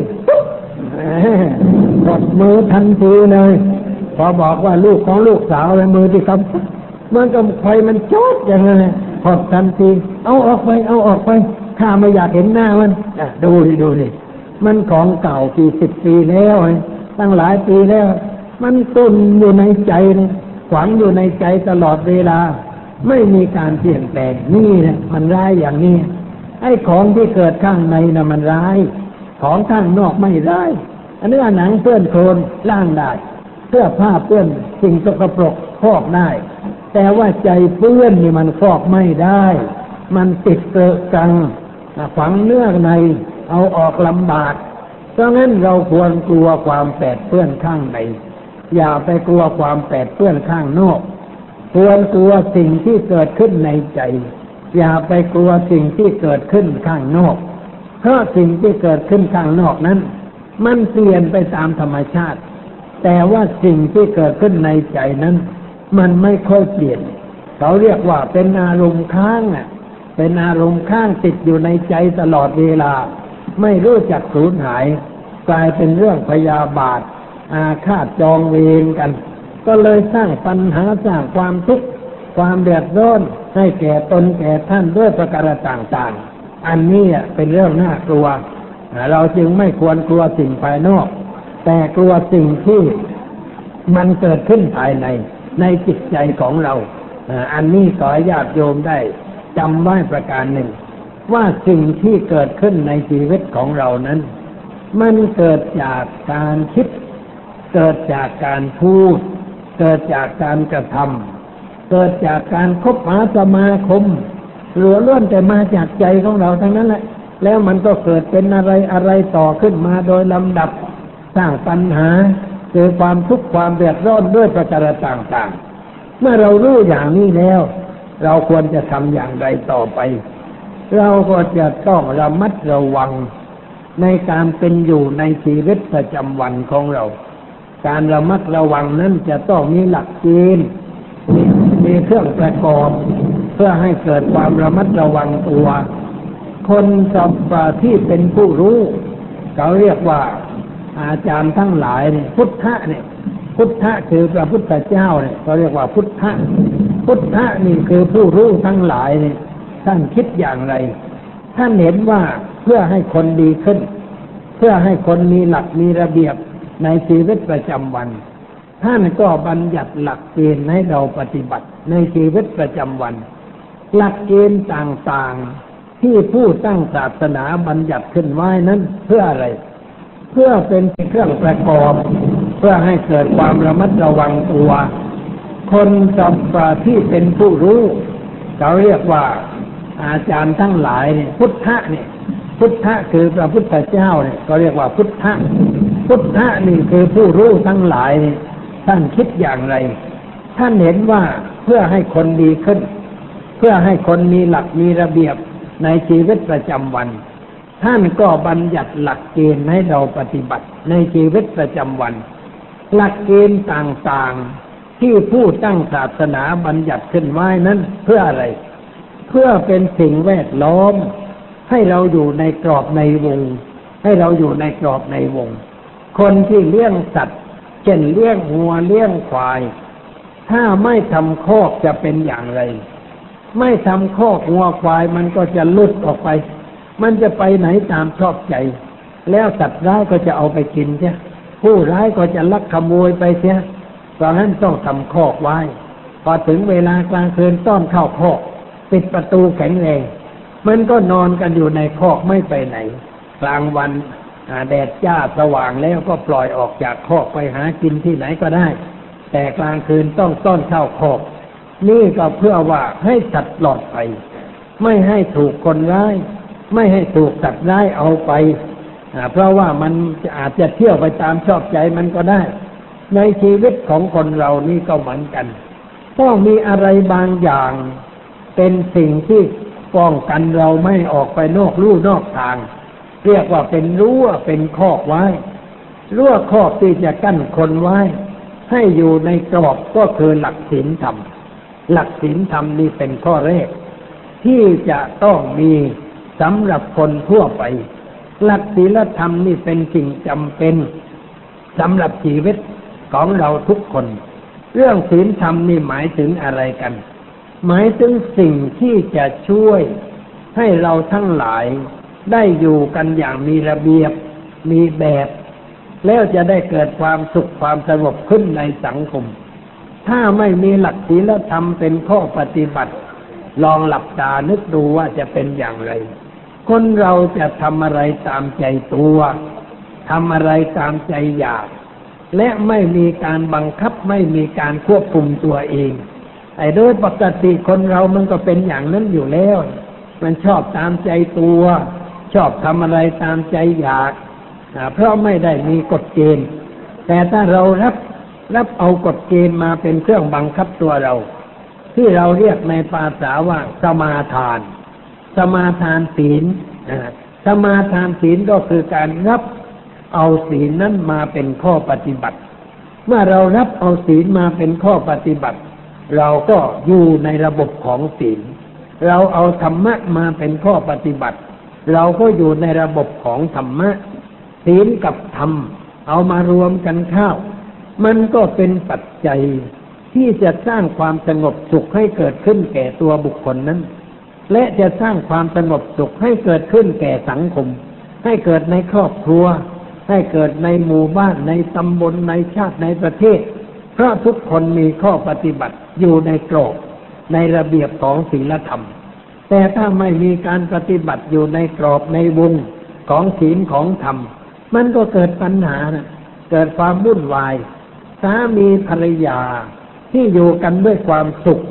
กดมือทันทีเลยพอบอกว่าลูกของลูกสาวเลยมือที่คำมันก็ไฟมันโจดอย่างนั้นเลยพอทันทีเอาออกไปข้าไม่อยากเห็นหน้ามันดูดิมันของเก่ากี่สิบปีแล้วตั้งหลายปีแล้วมันต้นอยู่ในใจเลยฝังอยู่ในใจตลอดเวลาไม่มีการเปลี่ยนแปลงนี่แหละมันร้ายอย่างนี้ไอ้ของที่เกิดข้างในน่ะมันร้ายของข้างนอกไม่ร้ายอันนี้หนังเปื้อนโคลนล้างได้เสื้อผ้าเปื้อนสิ่งสกปรกฟอกได้แต่ว่าใจเปื้อนนี่มันฟอกไม่ได้มันติดเกลอะกังฝังเนื้อในเอาออกลำบากเพราะงั้นเราควรกลัวความแปดเปื้อนข้างในอย่าไปกลัวความแปดเปื้อนข้างนอกควรกลัวสิ่งที่เกิดขึ้นในใจอย่าไปกลัวสิ่งที่เกิดขึ้นข้างนอกเพราะสิ่งที่เกิดขึ้นข้างนอกนั้นมันเปลี่ยนไปตามธรรมชาติแต่ว่าสิ่งที่เกิดขึ้นในใจนั้นมันไม่ค่อยเปลี่ยนเขาเรียกว่าเป็นอารมณ์ค้างเป็นอารมณ์ค้างติดอยู่ในใจตลอดเวลาไม่รู้จักสูญหายกลายเป็นเรื่องพยาบาทอาฆาตจองเวรกันก็เลยสร้างปัญหาสร้างความทุกข์ความเดือดร้อนให้แก่ตนแก่ท่านด้วยประการต่างๆอันนี้เป็นเรื่องน่ากลัวเราจึงไม่ควรกลัวสิ่งภายนอกแต่กลัวสิ่งที่มันเกิดขึ้นภายในจิตใจของเราอันนี้ขอญาติโยมได้จำไว้ประการหนึ่งว่าสิ่งที่เกิดขึ้นในชีวิตของเรานั้นมันเกิดจากการคิดเกิดจากการพูดเกิดจากการกระทำเกิดจากการคบหาสมาคมล้วนแต่มาจากใจของเราทั้งนั้นแหละแล้วมันก็เกิดเป็นอะไรต่อขึ้นมาโดยลำดับสร้างปัญหาเกิดความทุกข์ความเดือดร้อนด้วยประการต่างๆเมื่อเรารู้อย่างนี้แล้วเราควรจะทำอย่างไรต่อไปเราก็จะต้องระมัดระวังในการเป็นอยู่ในชีวิตประจำวันของเราการระมัดระวังนั้นจะต้องมีหลักเกณฑ์มีเครื่องประกอบเพื่อให้เกิดความระมัดระวังตัวคนที่เป็นผู้รู้เขาเรียกว่าอาจารย์ทั้งหลายเนี่ยพุทธะเนี่ยพุทธะคือพระพุทธเจ้าเนี่ยเขาเรียกว่าพุทธะพุทธะนี่คือผู้รู้ทั้งหลายเนี่ยท่านคิดอย่างไรท่านเห็นว่าเพื่อให้คนดีขึ้นเพื่อให้คนมีหลักมีระเบียบในชีวิตประจำวันท่านก็บัญญัติหลักเกณฑ์ให้เราปฏิบัติในชีวิตประจำวันหลักเกณฑ์ต่างๆที่ผู้ตั้งศาสนาบัญญัติขึ้นไว้นั้นเพื่ออะไรเพื่อเป็นเครื่องประกอบเพื่อให้เกิดความระมัดระวังตัวคนที่เป็นผู้รู้เขาเรียกว่าอาจารย์ทั้งหลายเนี่ยพุทธะเนี่ยพุทธะคือพระพุทธเจ้าเนี่ยก็เรียกว่าพุทธะพุทธะนี่คือผู้รู้ทั้งหลายเนี่ยท่านคิดอย่างไรท่านเห็นว่าเพื่อให้คนดีขึ้นเพื่อให้คนมีหลักมีระเบียบในชีวิตประจำวันท่านก็บัญญัติหลักเกณฑ์ให้เราปฏิบัติในชีวิตประจำวันหลักเกณฑ์ต่างๆที่ผู้ตั้งศาสนาบัญญัติขึ้นไว้นั้นเพื่ออะไรเพื่อเป็นสิ่งแวดล้อมให้เราอยู่ในกรอบในวงให้เราอยู่ในกรอบในวงคนที่เลี้ยงสัตว์เช่นเลี้ยงวัวเลี้ยงควายถ้าไม่ทำคอกจะเป็นอย่างไรไม่ทำคอกวัวควายมันก็จะหลุดออกไปมันจะไปไหนตามชอบใจแล้วสัตว์ร้ายก็จะเอาไปกินใช่ผู้ร้ายก็จะลักขโมยไปเสียเพราะฉะนั้นต้องทำคอกไว้พอถึงเวลากลางคืนต้อนเข้าคอกปิดประตูแข็งแรงมันก็นอนกันอยู่ในคอกไม่ไปไหนกลางวันแดดจ้าสว่างแล้วก็ปล่อยออกจากคอกไปหากินที่ไหนก็ได้แต่กลางคืนต้องต้อนเข้าคอกนี่ก็เพื่อว่าให้สัตว์ปลอดภัยไม่ให้ถูกคนร้ายไม่ให้ถูกสัตว์ร้ายเอาไปเพราะว่ามันอาจจะเที่ยวไปตามชอบใจมันก็ได้ในชีวิตของคนเรานี่ก็เหมือนกันต้องมีอะไรบางอย่างเป็นสิ่งที่ป้องกันเราไม่ออกไปนอกลู่นอกทางเรียกว่าเป็นรั้วเป็นคอกไว้รั้วคอกที่จะกั้นคนไว้ให้อยู่ในกรอบก็คือหลักศีลธรรมหลักศีลธรรมนี่เป็นข้อแรกที่จะต้องมีสำหรับคนทั่วไปหลักศีลธรรมนี่เป็นสิ่งจำเป็นสำหรับชีวิตของเราทุกคนเรื่องศีลธรรมนี่หมายถึงอะไรกันหมายถึงสิ่งที่จะช่วยให้เราทั้งหลายได้อยู่กันอย่างมีระเบียบมีแบบแล้วจะได้เกิดความสุขความสงบขึ้นในสังคมถ้าไม่มีหลักศีลธรรมเป็นข้อปฏิบัติลองหลับตานึกดูว่าจะเป็นอย่างไรคนเราจะทำอะไรตามใจตัวทำอะไรตามใจอยากและไม่มีการบังคับไม่มีการควบคุมตัวเองโดยปกติคนเรามันก็เป็นอย่างนั้นอยู่แล้วมันชอบตามใจตัวชอบทำอะไรตามใจอยากเพราะไม่ได้มีกฎเกณฑ์แต่ถ้าเรารับเอากฎเกณฑ์มาเป็นเครื่องบังคับตัวเราที่เราเรียกในภาษาว่าสมาทานสมาทานศีลสมาทานศีลก็คือการรับเอาศีลนั้นมาเป็นข้อปฏิบัติเมื่อเรารับเอาศีลมาเป็นข้อปฏิบัติเราก็อยู่ในระบบของศีลเราเอาธรรมะมาเป็นข้อปฏิบัติเราก็อยู่ในระบบของธรรมะศีลกับธรรมเอามารวมกันเข้ามันก็เป็นปัจจัยที่จะสร้างความสงบสุขให้เกิดขึ้นแก่ตัวบุคคลนั้นและจะสร้างความสงบสุขให้เกิดขึ้นแก่สังคมให้เกิดในครอบครัวให้เกิดในหมู่บ้านในตำบลในชาติในประเทศเพราะทุกคนมีข้อปฏิบัติอยู่ในกรอบในระเบียบของศีลธรรมแต่ถ้าไม่มีการปฏิบัติอยู่ในกรอบในวงของศีลของธรรมมันก็เกิดปัญหาเกิดความวุ่นวายสามีภรรยาที่อยู่กันด้วยความสุข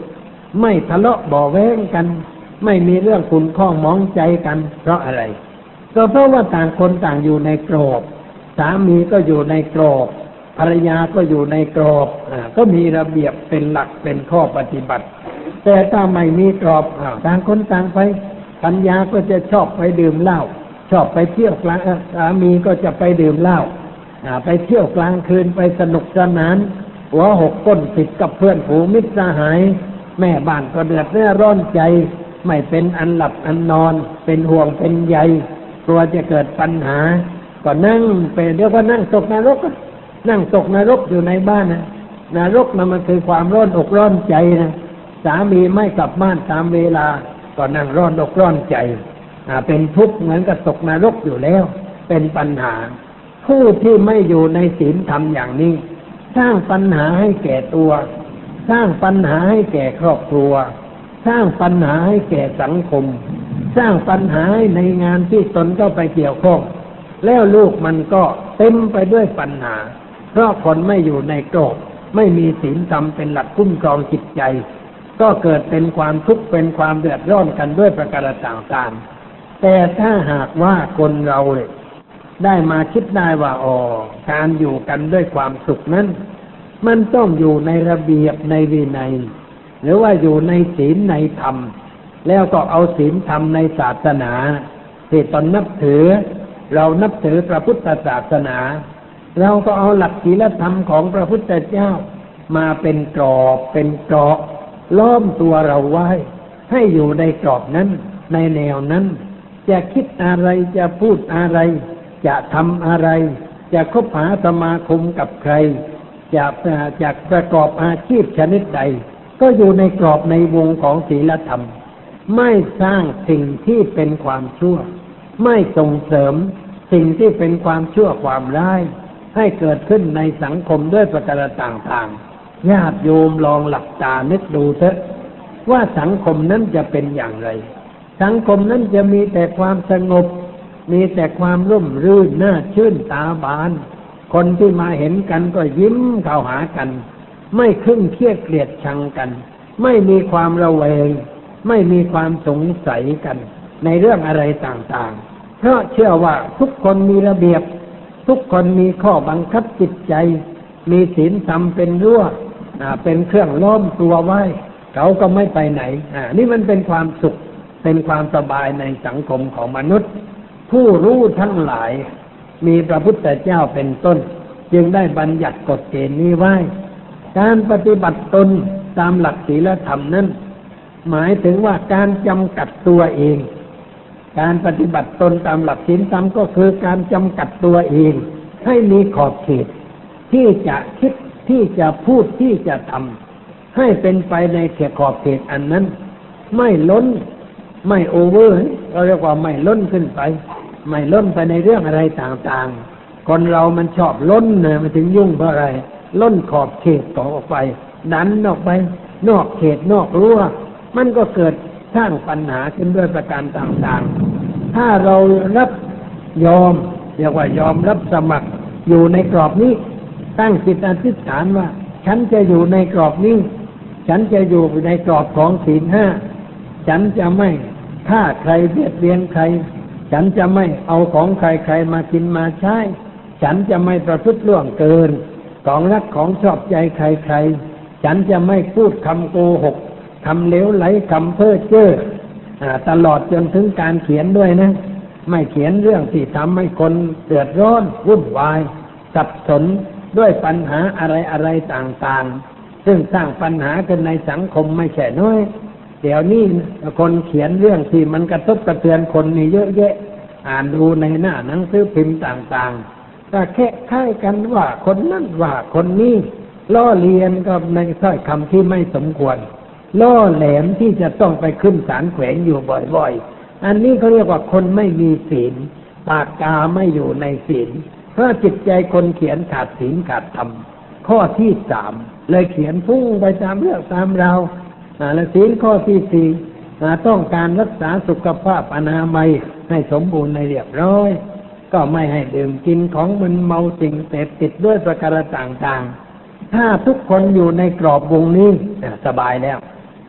ไม่ทะเลาะเบาะแว้งกันไม่มีเรื่องขุ่นข้องหมองใจกันเพราะอะไรก็เพราะว่าต่างคนต่างอยู่ในกรอบสามีก็อยู่ในกรอบภรรยาก็อยู่ในกรอบก็มีระเบียบเป็นหลักเป็นข้อปฏิบัติแต่ถ้าไม่มีกรอบต่างคนต่างไปภรรยาก็จะชอบไปดื่มเหล้าชอบไปเที่ยวกลางสามีก็จะไปดื่มเหล้าไปเที่ยวกลางคืนไปสนุกสนานหัวหกก้นติดกับเพื่อนฝูงมิตรสหายแม่บ้านก็เดือดร้อนใจไม่เป็นอันหลับอันนอนเป็นห่วงเป็นใยกลัวจะเกิดปัญหาก็นั่งไปเดี๋ยวก็นั่งตกนรกนั่งตกนรกอยู่ในบ้านนรกมันคือความร้อนอกร้อนใจนะสามีไม่กลับบ้านตามเวลาก็นั่งร้อนอกร้อนใจเป็นทุกข์เหมือนกับตกนรกอยู่แล้วเป็นปัญหาผู้ที่ไม่อยู่ในศีลธรรมอย่างนี้สร้างปัญหาให้แก่ตัวสร้างปัญหาให้แก่ครอบครัวสร้างปัญหาให้แก่สังคมสร้างปัญหาให้ในงานที่ตนก็ไปเกี่ยวข้องแล้วลูกมันก็เต็มไปด้วยปัญหาเพราะคนไม่อยู่ในกรอบไม่มีศีลธรรมเป็นหลักคุ้มครองจิตใจก็เกิดเป็นความทุกข์เป็นความเดือดร้อนกันด้วยประการต่างๆแต่ถ้าหากว่าคนเราได้มาคิดได้ว่าการอยู่กันด้วยความสุขนั้นมันต้องอยู่ในระเบียบในวินัยหรือว่าอยู่ในศีลในธรรมแล้วก็เอาศีลธรรมในศาสนาที่ตนนับถือเรานับถือพระพุทธศาสนาเราก็เอาหลักศีลธรรมของพระพุทธเจ้ามาเป็นกรอบเป็นเกราะล้อมตัวเราไว้ให้อยู่ในกรอบนั้นในแนวนั้นจะคิดอะไรจะพูดอะไรจะทำอะไรจะคบหาสมาคมกับใครจะประกอบอาชีพชนิดใดก็อยู่ในกรอบในวงของศีลธรรมไม่สร้างสิ่งที่เป็นความชั่วไม่ส่งเสริมสิ่งที่เป็นความชั่วความร้ายให้เกิดขึ้นในสังคมด้วยประการต่างๆญาติโยมลองหลับตานึกดูเถอะว่าสังคมนั้นจะเป็นอย่างไรสังคมนั้นจะมีแต่ความสงบมีแต่ความร่มรื่นน่าชื่นตาบานคนที่มาเห็นกันก็ยิ้มเข้าหากันไม่ครึ่งเครียดเกลียดชังกันไม่มีความระแวงไม่มีความสงสัยกันในเรื่องอะไรต่างๆเพราะเชื่อว่าทุกคนมีระเบียบทุกคนมีข้อบังคับจิตใจมีศีลธรรมเป็นรั้วเป็นเครื่องล้อมตัวไว้เขาก็ไม่ไปไหนนี่มันเป็นความสุขเป็นความสบายในสังคมของมนุษย์ผู้รู้ทั้งหลายมีพระพุทธเจ้าเป็นต้นจึงได้บัญญัติกฎเกณฑ์นี้ไว้การปฏิบัติตนตามหลักศีลธรรมนั้นหมายถึงว่าการจำกัดตัวเองการปฏิบัติตนตามหลักศีลธรรมก็คือการจำกัดตัวเองให้มีขอบเขตที่จะคิดที่จะพูดที่จะทำให้เป็นไปในขอบเขตอันนั้นไม่ล้นไม่โอเวอร์เราเรียกว่าไม่ล้นขึ้นไปไม่ล้นไปในเรื่องอะไรต่างๆคนเรามันชอบล้นเนี่ยมันถึงยุ่งเพราะอะไรล้นขอบเขตออกไปดันออกไปนอกเขตนอกรั้วมันก็เกิดสร้างปัญหาขึ้นด้วยประการต่างๆถ้าเรารับยอมเรียกว่ายอมรับสมัครอยู่ในกรอบนี้ตั้งจิตอธิษฐานว่าฉันจะอยู่ในกรอบนี้ฉันจะอยู่ในกรอบของศีลห้าฉันจะไม่ฆ่าใครเบียดเบียนใครฉันจะไม่เอาของใครๆมากินมาใช้ฉันจะไม่ประพฤติล่วงเกินของรักของชอบใจใครๆฉันจะไม่พูดคำโกหกคำเลวไหลคำเพ้อเจ้อตลอดจนถึงการเขียนด้วยนะไม่เขียนเรื่องที่ทำให้คนเดือดร้อนวุ่นวายสับสนด้วยปัญหาอะไรต่างๆซึ่งสร้างปัญหากันในสังคมไม่ใช่น้อยเดี๋ยวนี้คนเขียนเรื่องที่มันกระทบกระเทือนคนนี่เยอะแยะอ่านดูในหน้าหนังสือพิมพ์ต่างๆก็แค่ค่ายกันว่าคนนั้นว่าคนนี้ล้อเลียนกับในถ้อยคำที่ไม่สมควรล่อแหลมที่จะต้องไปขึ้นศาลแขวงอยู่บ่อยๆอันนี้เขาเรียกว่าคนไม่มีศีลปากกาไม่อยู่ในศีลเพราะจิตใจคนเขียนขาดศีลขาดธรรมข้อที่3เลยเขียนพุ่งไปตามเรื่องตามราวและศีลข้อที่4ต้องการรักษาสุขภาพอนามัยให้สมบูรณ์ในเรียบร้อยก็ไม่ให้ดื่มกินของมึนเมาสิ่งเสพติดด้วยประการต่างๆถ้าทุกคนอยู่ในกรอบวงนี้สบายแล้ว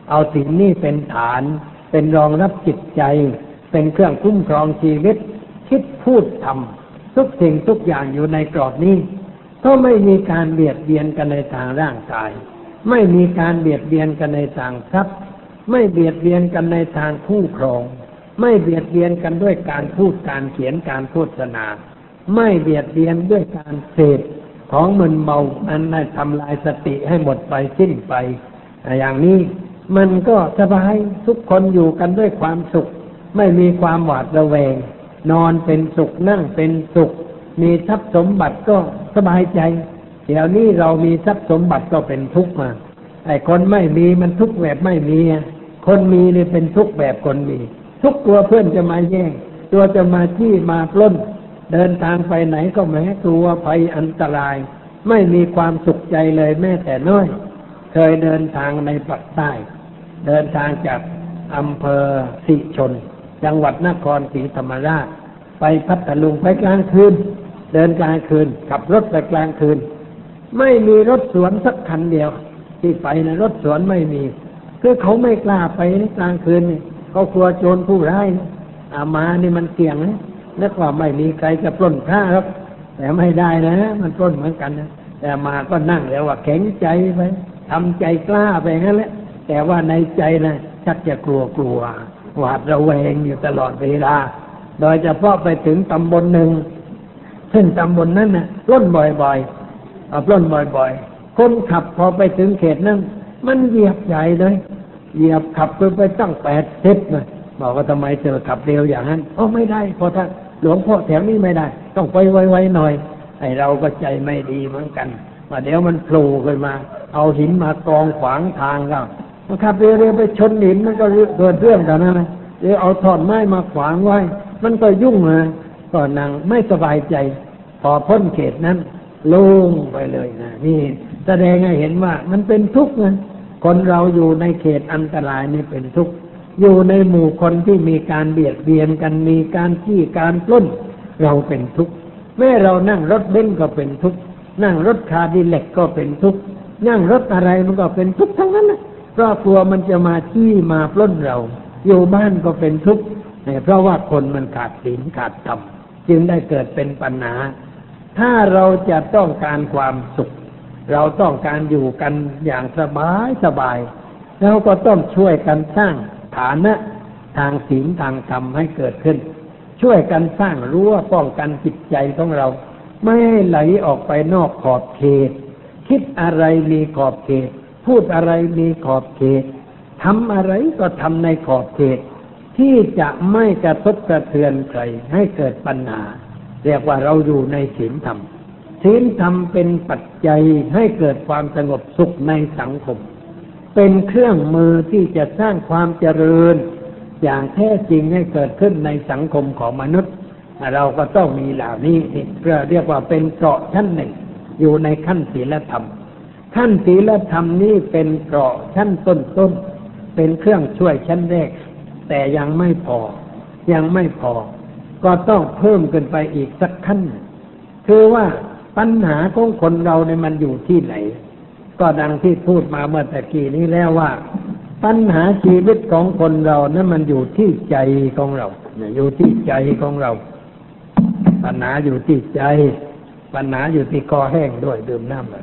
เอาศีลนี่เป็นฐานเป็นรองรับจิตใจเป็นเครื่องคุ้มครองชีวิตคิดพูดทำทุกสิ่งทุกอย่างอยู่ในกรอบนี้ก็ไม่มีการเบียดเบียนกันในทางร่างกายไม่มีการเบียดเบียนกันในทางทรัพย์ไม่เบียดเบียนกันในทางคู่ครองไม่เบียดเบียนกันด้วยการพูดการเขียนการโฆษณาไม่เบียดเบียนด้วยการเสพของมึนเมาอันนั้นทำลายสติให้หมดไปสิ้นไปอย่างนี้มันก็สบายทุกคนอยู่กันด้วยความสุขไม่มีความหวาดระแวงนอนเป็นสุขนั่งเป็นสุขมีทรัพย์สมบัติก็สบายใจเดี๋ยวนี้เรามีทรัพย์สมบัติก็เป็นทุกข์มาไอ้คนไม่มีมันทุกข์แบบไม่มีคนมีนี่เป็นทุกข์แบบคนมีทุกข์กลัวเพื่อนจะมาแย่งตัวจะมาจี้มาปล้นเดินทางไปไหนก็แม้กลัวภัยอันตรายไม่มีความสุขใจเลยแม้แต่น้อยเคยเดินทางในภาคใต้เดินทางจากอำเภอสิชนจังหวัดนครศรีธรรมราชไปพัทลุงไปกลางคืนเดินกลางคืนขับรถไปกลางคืนไม่มีรถสวนสักคันเดียวที่ไปนะรถสวนไม่มีคือเขาไม่กล้าไปในกลางคืนนี่เขากลัวโจรผู้ร้ายมานี่มันเสี่ยงนะนึกว่าไม่มีใครจะปล้นฆ่าครับแต่ไม่ได้นะมันปล้นเหมือนกันนะแต่มาก็นั่งแล้วว่าแข็งใจไปทำใจกล้าไปงั้นแหละแต่ว่าในใจนะชักจะกลัวหวาดระแวงอยู่ตลอดเวลาโดยเฉพาะไปถึงตำบลหนึ่งซึ่งตำบลนั้นนะปล้นบ่อยๆปล้นบ่อยๆคนขับพอไปถึงเขตนั้นมันเหยียบใหญ่เลยเหยียบขับไปตั้ง80นะบอกว่าทำไมเธอขับเร็วอย่างนั้นไม่ได้พอท่านหลวงพ่อแถวนี้ไม่ได้ต้องไปไวๆหน่อยไอ้เราก็ใจไม่ดีเหมือนกันว่าเดี๋ยวมันโผล่ขึ้นมาเอาหินมากองขวางทางเรามันขับเร็วๆไปชนหินมันก็เกิดเรื่องกันนะหรือเอาท่อนไม้มาขวางไว้มันก็ยุ่งเลยก็นั่งไม่สบายใจพอพ้นเขตนั้นโล่งไปเลยนะนี่แสดงให้เห็นว่ามันเป็นทุกข์นะคนเราอยู่ในเขตอันตรายนี่เป็นทุกข์อยู่ในหมู่คนที่มีการเบียดเบียนกันมีการจี้การปล้นเราเป็นทุกข์แม้เรานั่งรถเบนซ์ก็เป็นทุกข์นั่งรถคาร์ดิแลกก็เป็นทุกข์นั่งรถอะไรมันก็เป็นทุกข์ทั้งนั้นนะเพราะกลัวมันจะมาจี้มาปล้นเราอยู่บ้านก็เป็นทุกข์เพราะว่าคนมันขาดศีลขาดธรรมจึงได้เกิดเป็นปัญหาถ้าเราจะต้องการความสุขเราต้องการอยู่กันอย่างสบายเราก็ต้องช่วยกันสร้างฐานะทางศีลทางธรรมให้เกิดขึ้นช่วยกันสร้างรั้วป้องกันจิตใจของเราไม่ให้ไหลออกไปนอกขอบเขตคิดอะไรมีขอบเขตพูดอะไรมีขอบเขตทำอะไรก็ทำในขอบเขตที่จะไม่กระทบกระเทือนใครให้เกิดปัญหาเรียกว่าเราอยู่ในศีลธรรมศีลธรรมเป็นปัจจัยให้เกิดความสงบสุขในสังคมเป็นเครื่องมือที่จะสร้างความเจริญอย่างแท้จริงให้เกิดขึ้นในสังคมของมนุษย์เราก็ต้องมีเหล่านี้เพื่อเรียกว่าเป็นเกราะชั้นหนึ่งอยู่ในขั้นศีลธรรมขั้นศีลธรรมนี้เป็นเกราะชั้นต้นเป็นเครื่องช่วยชั้นแรกแต่ยังไม่พอก็ต้องเพิ่มขึ้นไปอีกสักขั้นคือว่าปัญหาของคนเราเนี่ยมันอยู่ที่ไหนก็ดังที่พูดมาเมื่อตะกี้นี้แล้วว่าปัญหาชีวิตของคนเรานั้นมันอยู่ที่ใจของเราอยู่ที่ใจของเราปัญหาอยู่ที่ใจปัญหาอยู่ที่คอแห้งด้วยดื่มน้ำเลย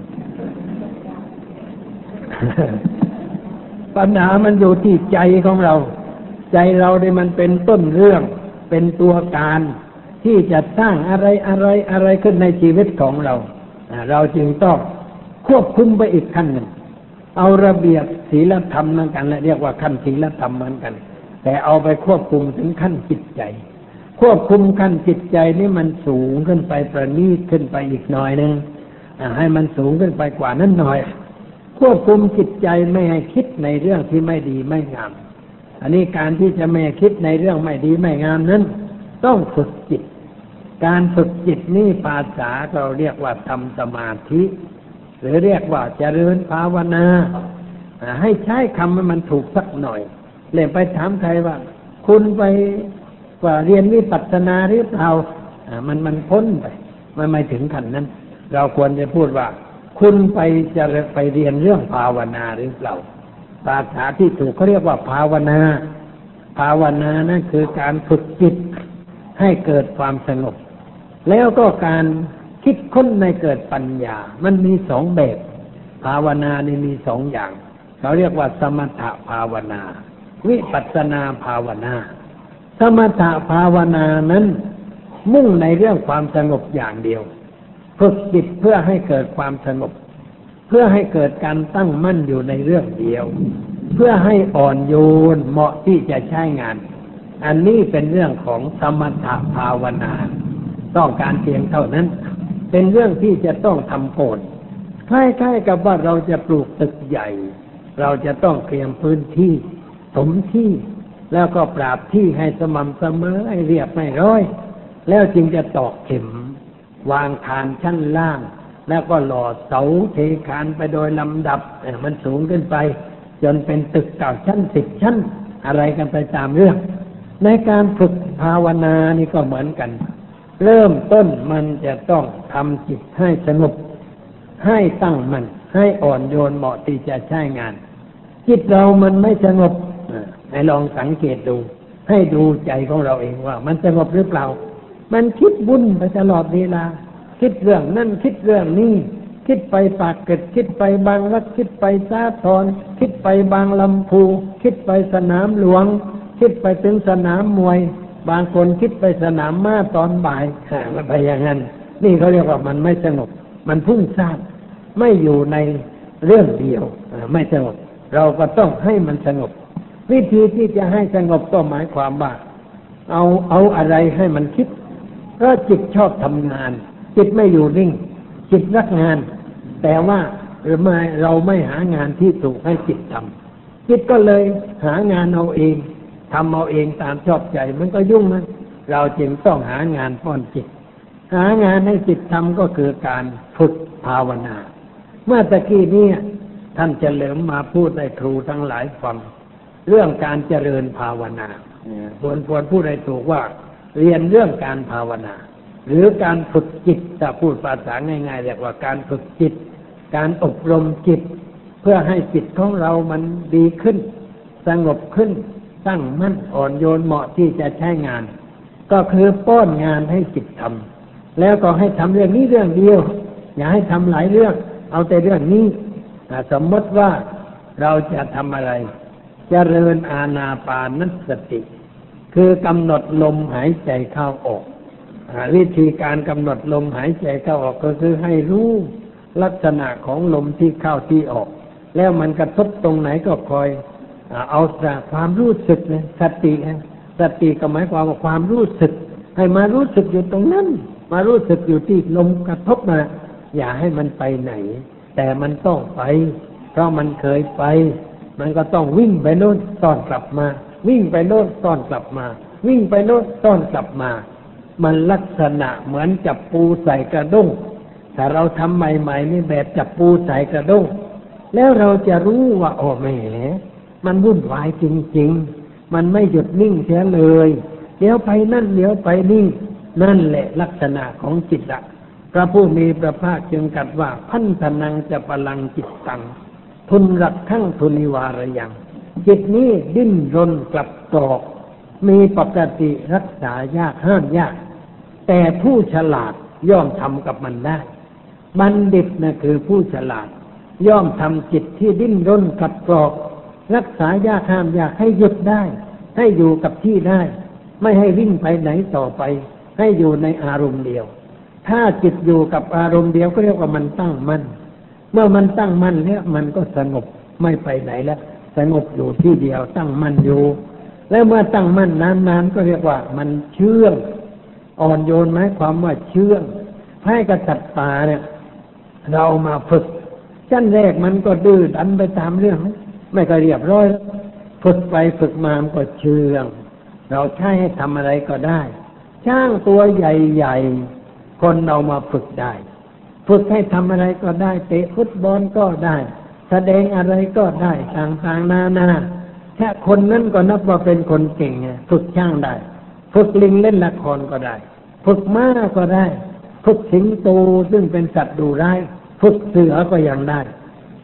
ปัญหามันอยู่ที่ใจของเราใจเราเนี่ยมันเป็นต้นเรื่องเป็นตัวการที่จะสร้างอะไรขึ้นในชีวิตของเราเราจึงต้องควบคุมไปอีกขั้นหนึ่งเอาระเบียบศีลธรรมเหมือนกันและเรียกว่าขั้นศีลธรรมเหมือนกันแต่เอาไปควบคุมถึงขั้นจิตใจควบคุมขั้นจิตใจนี่มันสูงขึ้นไปประณีตขึ้นไปอีกหน่อยนึงให้มันสูงขึ้นไปกว่านั้นหน่อยควบคุมจิตใจไม่ให้คิดในเรื่องที่ไม่ดีไม่งามอันนี้การที่จะไม่คิดในเรื่องไม่ดีไม่งามนั้นต้องฝึกจิตการฝึกจิตนี่ภาษาเราเรียกว่าทำสมาธิหรือเรียกว่าเจริญภาวนาให้ใช้คำให้มันถูกสักหน่อยเลยไปถามใครว่าคุณไปว่าเรียนวิปัสสนาหรือเปล่ามันพ้นไปมันไม่ถึงขั้นนั้นเราควรจะพูดว่าคุณไปจะไปเรียนเรื่องภาวนาหรือเปล่าภาษาที่ถูกเขาเรียกว่าภาวนาภาวนานั่นคือการฝึกจิตให้เกิดความสงบแล้วก็การคิดค้นในเกิดปัญญามันมีสองแบบภาวนานี่มีสองอย่างเขาเรียกว่าสมถภาวนาวิปัสสนาภาวนาสมถภาวนานั้นมุ่งในเรื่องความสงบอย่างเดียวฝึกจิตเพื่อให้เกิดความสงบเพื่อให้เกิดการตั้งมั่นอยู่ในเรื่องเดียวเพื่อให้อ่อนโยนเหมาะที่จะใช้งานอันนี้เป็นเรื่องของสมถภาวนาต้องการเพียงเท่านั้นเป็นเรื่องที่จะต้องทำก่อนคล้ายๆกับว่าเราจะปลูกตึกใหญ่เราจะต้องเตรียมพื้นที่ถมที่แล้วก็ปราบที่ให้สม่ำเสมอให้เรียบไม่ร้อยแล้วจึงจะตอกเข็มวางคานชั้นล่างแล้วก็หล่อเสาเทคานไปโดยลำดับมันสูงขึ้นไปจนเป็นตึก9 ชั้น10 ชั้นอะไรกันไปตามเรื่องในการฝึกภาวนานี่ก็เหมือนกันเริ่มต้นมันจะต้องทำจิตให้สงบให้ตั้งมั่นให้อ่อนโยนเหมาะที่จะใช้งานจิตเรามันไม่สงบให้ลองสังเกตดูให้ดูใจของเราเองว่ามันสงบหรือเปล่ามันคิดวุ่นไปตลอดเวลาคิดเรื่องนั่นคิดเรื่องนี้คิดไปปากเกร็ดคิดไปบางรักคิดไปสาทรคิดไปบางลำพูคิดไปสนามหลวงคิดไปถึงสนามมวยบางคนคิดไปสนามม้าตอนบ่ายมันไปอย่างนั้นนี่เขาเรียกว่ามันไม่สงบมันพุ่งซ่านไม่อยู่ในเรื่องเดียวไม่สงบเราก็ต้องให้มันสงบวิธีที่จะให้สงบก็หมายความว่าเอาอะไรให้มันคิดเพราะจิตชอบทำงานจิตไม่อยู่นิ่งจิตรักงานแต่ว่าเราไม่หางานที่ถูกให้จิตทำจิตก็เลยหางานเอาเองทำเอาเองตามชอบใจมันก็ยุ่งนะเราจึงต้องหางานป้อนจิตหางานให้จิตทำก็คือการฝึกภาวนาเมื่อตะกี้นี้ท่านเฉลิมมาพูดให้ครูทั้งหลายฟังเรื่องการเจริญภาวนาควรพูดให้ถูกว่าเรียนเรื่องการภาวนาหรือการฝึกจิตถ้าพูดภาษาง่ายๆเรียกว่าการฝึกจิตการอบรมจิตเพื่อให้จิตของเรามันดีขึ้นสงบขึ้นตั้งมั่นอ่อนโยนเหมาะที่จะใช้งานก็คือป้อนงานให้จิตทำแล้วก็ให้ทำเรื่องนี้เรื่องเดียวอย่าให้ทำหลายเรื่องเอาแต่เรื่องนี้สมมติว่าเราจะทำอะไรเจริญอานาปานสติคือกำหนดลมหายใจเข้าออกวิธีการกำหนดลมหายใจเข้าออกก็คือให้รู้ลักษณะของลมที่เข้าที่ออกแล้วมันกระทบตรงไหนก็คอยเอาจากความรู้สึกนะสติก็หมายความว่าความรู้สึกให้มารู้สึกอยู่ตรงนั้นมารู้สึกอยู่ที่ลมกระทบนะอย่าให้มันไปไหนแต่มันต้องไปเพราะมันเคยไปมันก็ต้องวิ่งไปโน่นต้อนกลับมาวิ่งไปโน่นต้อนกลับมาวิ่งไปโน่นต้อนกลับมามันลักษณะเหมือนจับปูใส่กระด้งถ้าเราทำใหม่ๆนี่แบบจับปูใส่กระด้งแล้วเราจะรู้ว่าโอ้แหมมันวุ่นวายจริงๆมันไม่หยุดนิ่งเสียเลยเดี๋ยวไปนั่นเดี๋ยวไปนี่นั่นแหละลักษณะของจิตละพระผู้มีพระภาคจึงตรัสว่าพันธนังจะพลังจิตตังทุนรักขังทุนิวารยังจิตนี้ดิ้นรนกลับกรอกมีปกติรักษายากห้ามยากแต่ผู้ฉลาดย่อมทำกับมันได้บัณฑิตนะคือผู้ฉลาดย่อมทำจิตที่ดิ้นรนกลับกรอกรักษายากห้ามยากให้หยุดได้ให้อยู่กับที่ได้ไม่ให้วิ่งไปไหนต่อไปให้อยู่ในอารมณ์เดียวถ้าจิตอยู่กับอารมณ์เดียวก็เรียกว่ามันตั้งมั่นเมื่อมันตั้งมั่นแล้วมันก็สงบไม่ไปไหนแล้วสงบอยู่ที่เดียวตั้งมั่นอยู่แล้วเมื่อตั้งมั่นนานๆก็เรียกว่ามันเชื่องอ่อนโยนหมายความว่าเชื่องให้กับสัตว์ป่าเนี่ยเรามาฝึกชั้นแรกมันก็ดื้อดันไปตามเรื่องไม่ก็เรียบร้อยฝึกไปฝึกมามันก็เชื่องเราใช้ให้ทำอะไรก็ได้ช่างตัวใหญ่ๆคนเอามาฝึกได้ฝึกให้ทำอะไรก็ได้เตะฟุตบอลก็ได้แสดงอะไรก็ได้ต่างๆนานาแค่คนนั้นก็นับว่าเป็นคนเก่งไงฝึกช่างได้ฝึกลิงเล่นละครก็ได้ฝึกม้าก็ได้ฝึกสิงโตซึ่งเป็นสัตว์ดุร้ายฝึกเสือก็ยังได้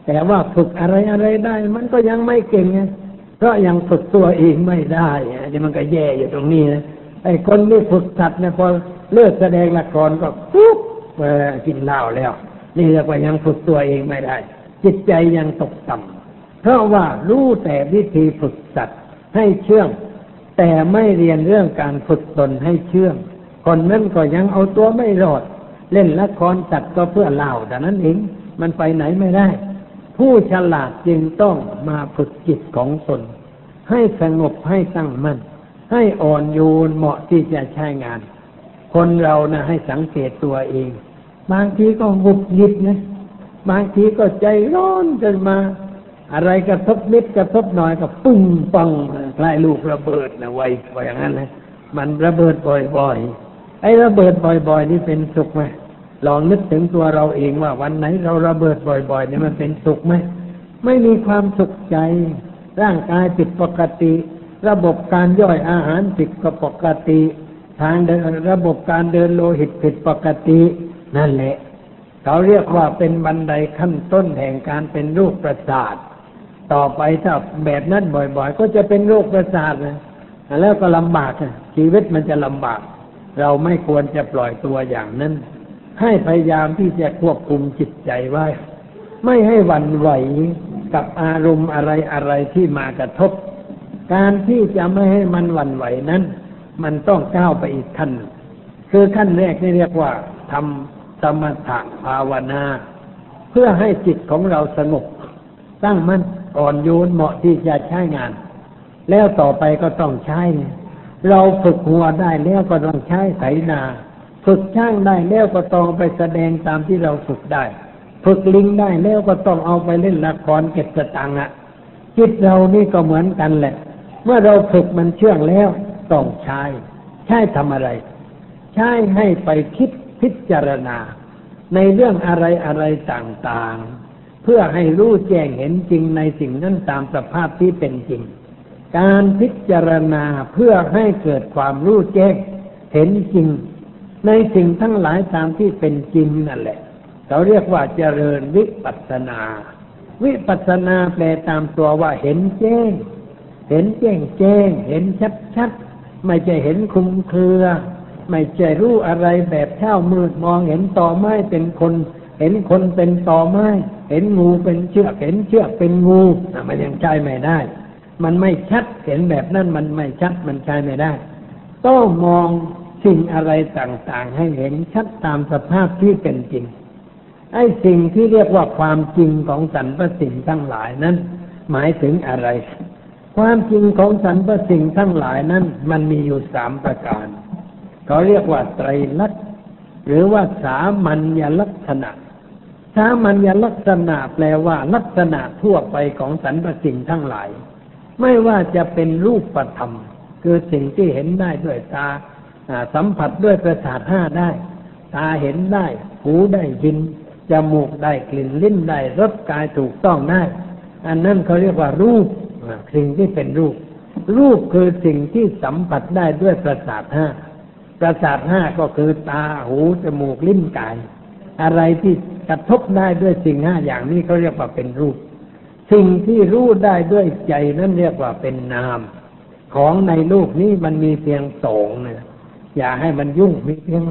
แต่ว่าฝึกอะไรได้มันก็ยังไม่เก่งไงเพราะยังฝึกตัวเองไม่ได้นี่มันก็แย่อยู่ตรงนี้นะไอ้คนที่ฝึกสัตว์เนี่ยพอเลิกแสดงละครก็ปุ๊บกินเหล้าแล้วนี่เรียกว่ายังฝึกตัวเองไม่ได้จิตใจยังตกต่ำเพราะว่ารู้แต่วิธีฝึกสัตว์ให้เชื่องแต่ไม่เรียนเรื่องการฝึกตนให้เชื่องคนนั้นก็ยังเอาตัวไม่รอดเล่นละครสัตว์ก็เพื่อเหล้าแต่นั้นเองมันไปไหนไม่ได้ผู้ฉลาดจึงต้องมาฝึกจิตของตนให้สงบให้ตั้งมั่นให้อ่อนโยนเหมาะที่จะใช้งานคนเรานะให้สังเกตตัวเองบางทีก็หงุดหงิดนะบางทีก็ใจร้อนจนมาอะไรกระทบนิดกระทบหน่อยก็ปึ้งปังคล้ายลูกระเบิดนะไวอย่างนั้นนะมันระเบิดบ่อยๆไอ้ระเบิดบ่อยๆนี่เป็นสุขไหมลองนึกถึงตัวเราเองว่าวันไหนเราระเบิดบ่อยๆนี่มันเป็นสุขไหมไม่มีความสุขใจร่างกายผิดปกติระบบการย่อยอาหารผิดปกติทางเดินระบบการเดินโลหิตผิดปกตินั่นแหละเขาเรียกว่าเป็นบันไดขั้นต้นแห่งการเป็นโรคประสาทต่อไปถ้าแบบนั้นบ่อยๆก็จะเป็นโรคประสาทนะแล้วก็ลำบากชีวิตมันจะลำบากเราไม่ควรจะปล่อยตัวอย่างนั้นให้พยายามที่จะควบคุมจิตใจไว้ไม่ให้หวั่นไหวกับอารมณ์อะไรที่มากระทบการที่จะไม่ให้มันหวั่นไหวนั้นมันต้องก้าวไปอีกขั้นคือขั้นแรกนี่เรียกว่าทำสมถะภาวนาเพื่อให้จิตของเราสงบตั้งมั่นอ่อนโยนเหมาะที่จะใช้งานแล้วต่อไปก็ต้องใช้เราฝึกหัวได้แล้วก็ต้องใช้ไถนาฝึกช่างได้แล้วก็ต้องไปแสดงตามที่เราฝึกได้ฝึกลิงได้แล้วก็ต้องเอาไปเล่นละครเก็บสตังค์จิตเรานี่ก็เหมือนกันแหละเมื่อเราฝึกมันเชื่องแล้วต้องใช้ทำอะไรใช้ให้ไปคิดพิจารณาในเรื่องอะไรต่างๆเพื่อให้รู้แจ้งเห็นจริงในสิ่งนั้นตามสภาพที่เป็นจริงการพิจารณาเพื่อให้เกิดความรู้แจ้งเห็นจริงในสิ่งทั้งหลายตามที่เป็นจริงนั่นแหละเขาเรียกว่าเจริญวิปัสสนาวิปัสสนาแปลตามตัวว่าเห็นแจ้งเห็นแจ้งเห็นชัดไม่ใช่เห็นคลุมเครือไม่ใช่รู้อะไรแบบเช้ามืดมองเห็นตอไม้เป็นคนเห็นคนเป็นตอไม้เห็นงูเป็นเชือกเห็นเชือกเป็นงูมันยังใช้ไม่ได้มันไม่ชัดเห็นแบบนั้นมันไม่ชัดมันใช้ไม่ได้ต้องมองสิ่งอะไรต่างๆให้เห็นชัดตามสภาพที่เป็นจริงไอ้สิ่งที่เรียกว่าความจริงของสรรพสิ่งทั้งหลายนั้นหมายถึงอะไรความจริงของสรรพสิ่งทั้งหลายนั้นมันมีอยู่3ประการเขาเรียกว่าไตรลักษณ์หรือว่าสามัญลักษณะสามัญลักษณะแปลว่าลักษณะทั่วไปของสรรพสิ่งทั้งหลายไม่ว่าจะเป็นรูปธรรมคือสิ่งที่เห็นได้ด้วยตาสัมผัสด้วยประสาท5ได้ตาเห็นได้หูได้ยินจมูกได้กลิ่นลิ้นได้รสกายถูกต้องได้อันนั้นเขาเรียกว่ารูปสิ่งที่เป็นรูปคือสิ่งที่สัมผัสได้ด้วยประสาท5ประสาท5ก็คือตาหูจมูกลิ้นกายอะไรที่กระทบได้ด้วยสิ่ง5อย่างนี้เขาเรียกว่าเป็นรูปสิ่งที่รู้ได้ด้วยใจนั้นเรียกว่าเป็นนามของในโลกนี้มันมีเพียง2นะอย่าให้มันยุ่งมีเพียง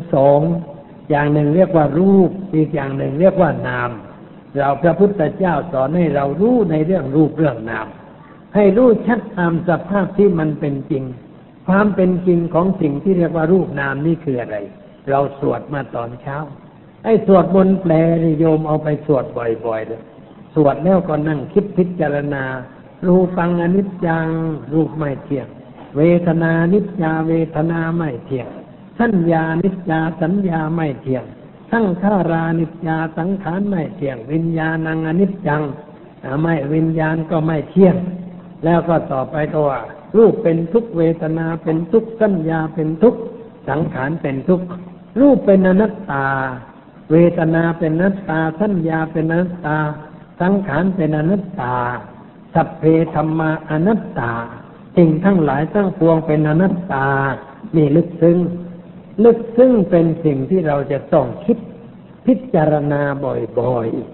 2อย่างหนึ่งเรียกว่ารูปอีกอย่างหนึ่งเรียกว่านามเราพระพุทธเจ้าสอนให้เรารู้ในเรื่องรูปเรื่องนามให้รู้ชัดตามสภาพที่มันเป็นจริงความเป็นจริงของสิ่งที่เรียกว่ารูปนามนี่คืออะไรเราสวดมาตอนเช้าไอ้สวดบนแปลนิยมเอาไปสวดบ่อยๆเลยสวดแล้วก็นั่งคิดพิจารณารูปังอนิจจังรูปไม่เที่ยงเวทนานิจจาเวทนาไม่เที่ยงสัญญานิจจาสัญญาไม่เที่ยงสังขารานิจจาสังขารไม่เที่ยงวิญญาณังอนิจจังไม่วิญญาณก็ไม่เที่ยงแล้วก็ต่อไปก็ว่ารูปเป็นทุกข์เวทนาเป็นทุกข์สัญญาเป็นทุกข์สังขารเป็นทุกข์รูปเป็นอนัตตาเวทนาเป็นอนัตตาสัญญาเป็นอนัตตาสังขารเป็นอนัตตาสัพเพธัมมาอนัตตาสิ่งทั้งหลายทั้งปวงเป็นอนัตตานี่ลึกซึ้งเป็นสิ่งที่เราจะต้องคิดพิจารณาบ่อยๆ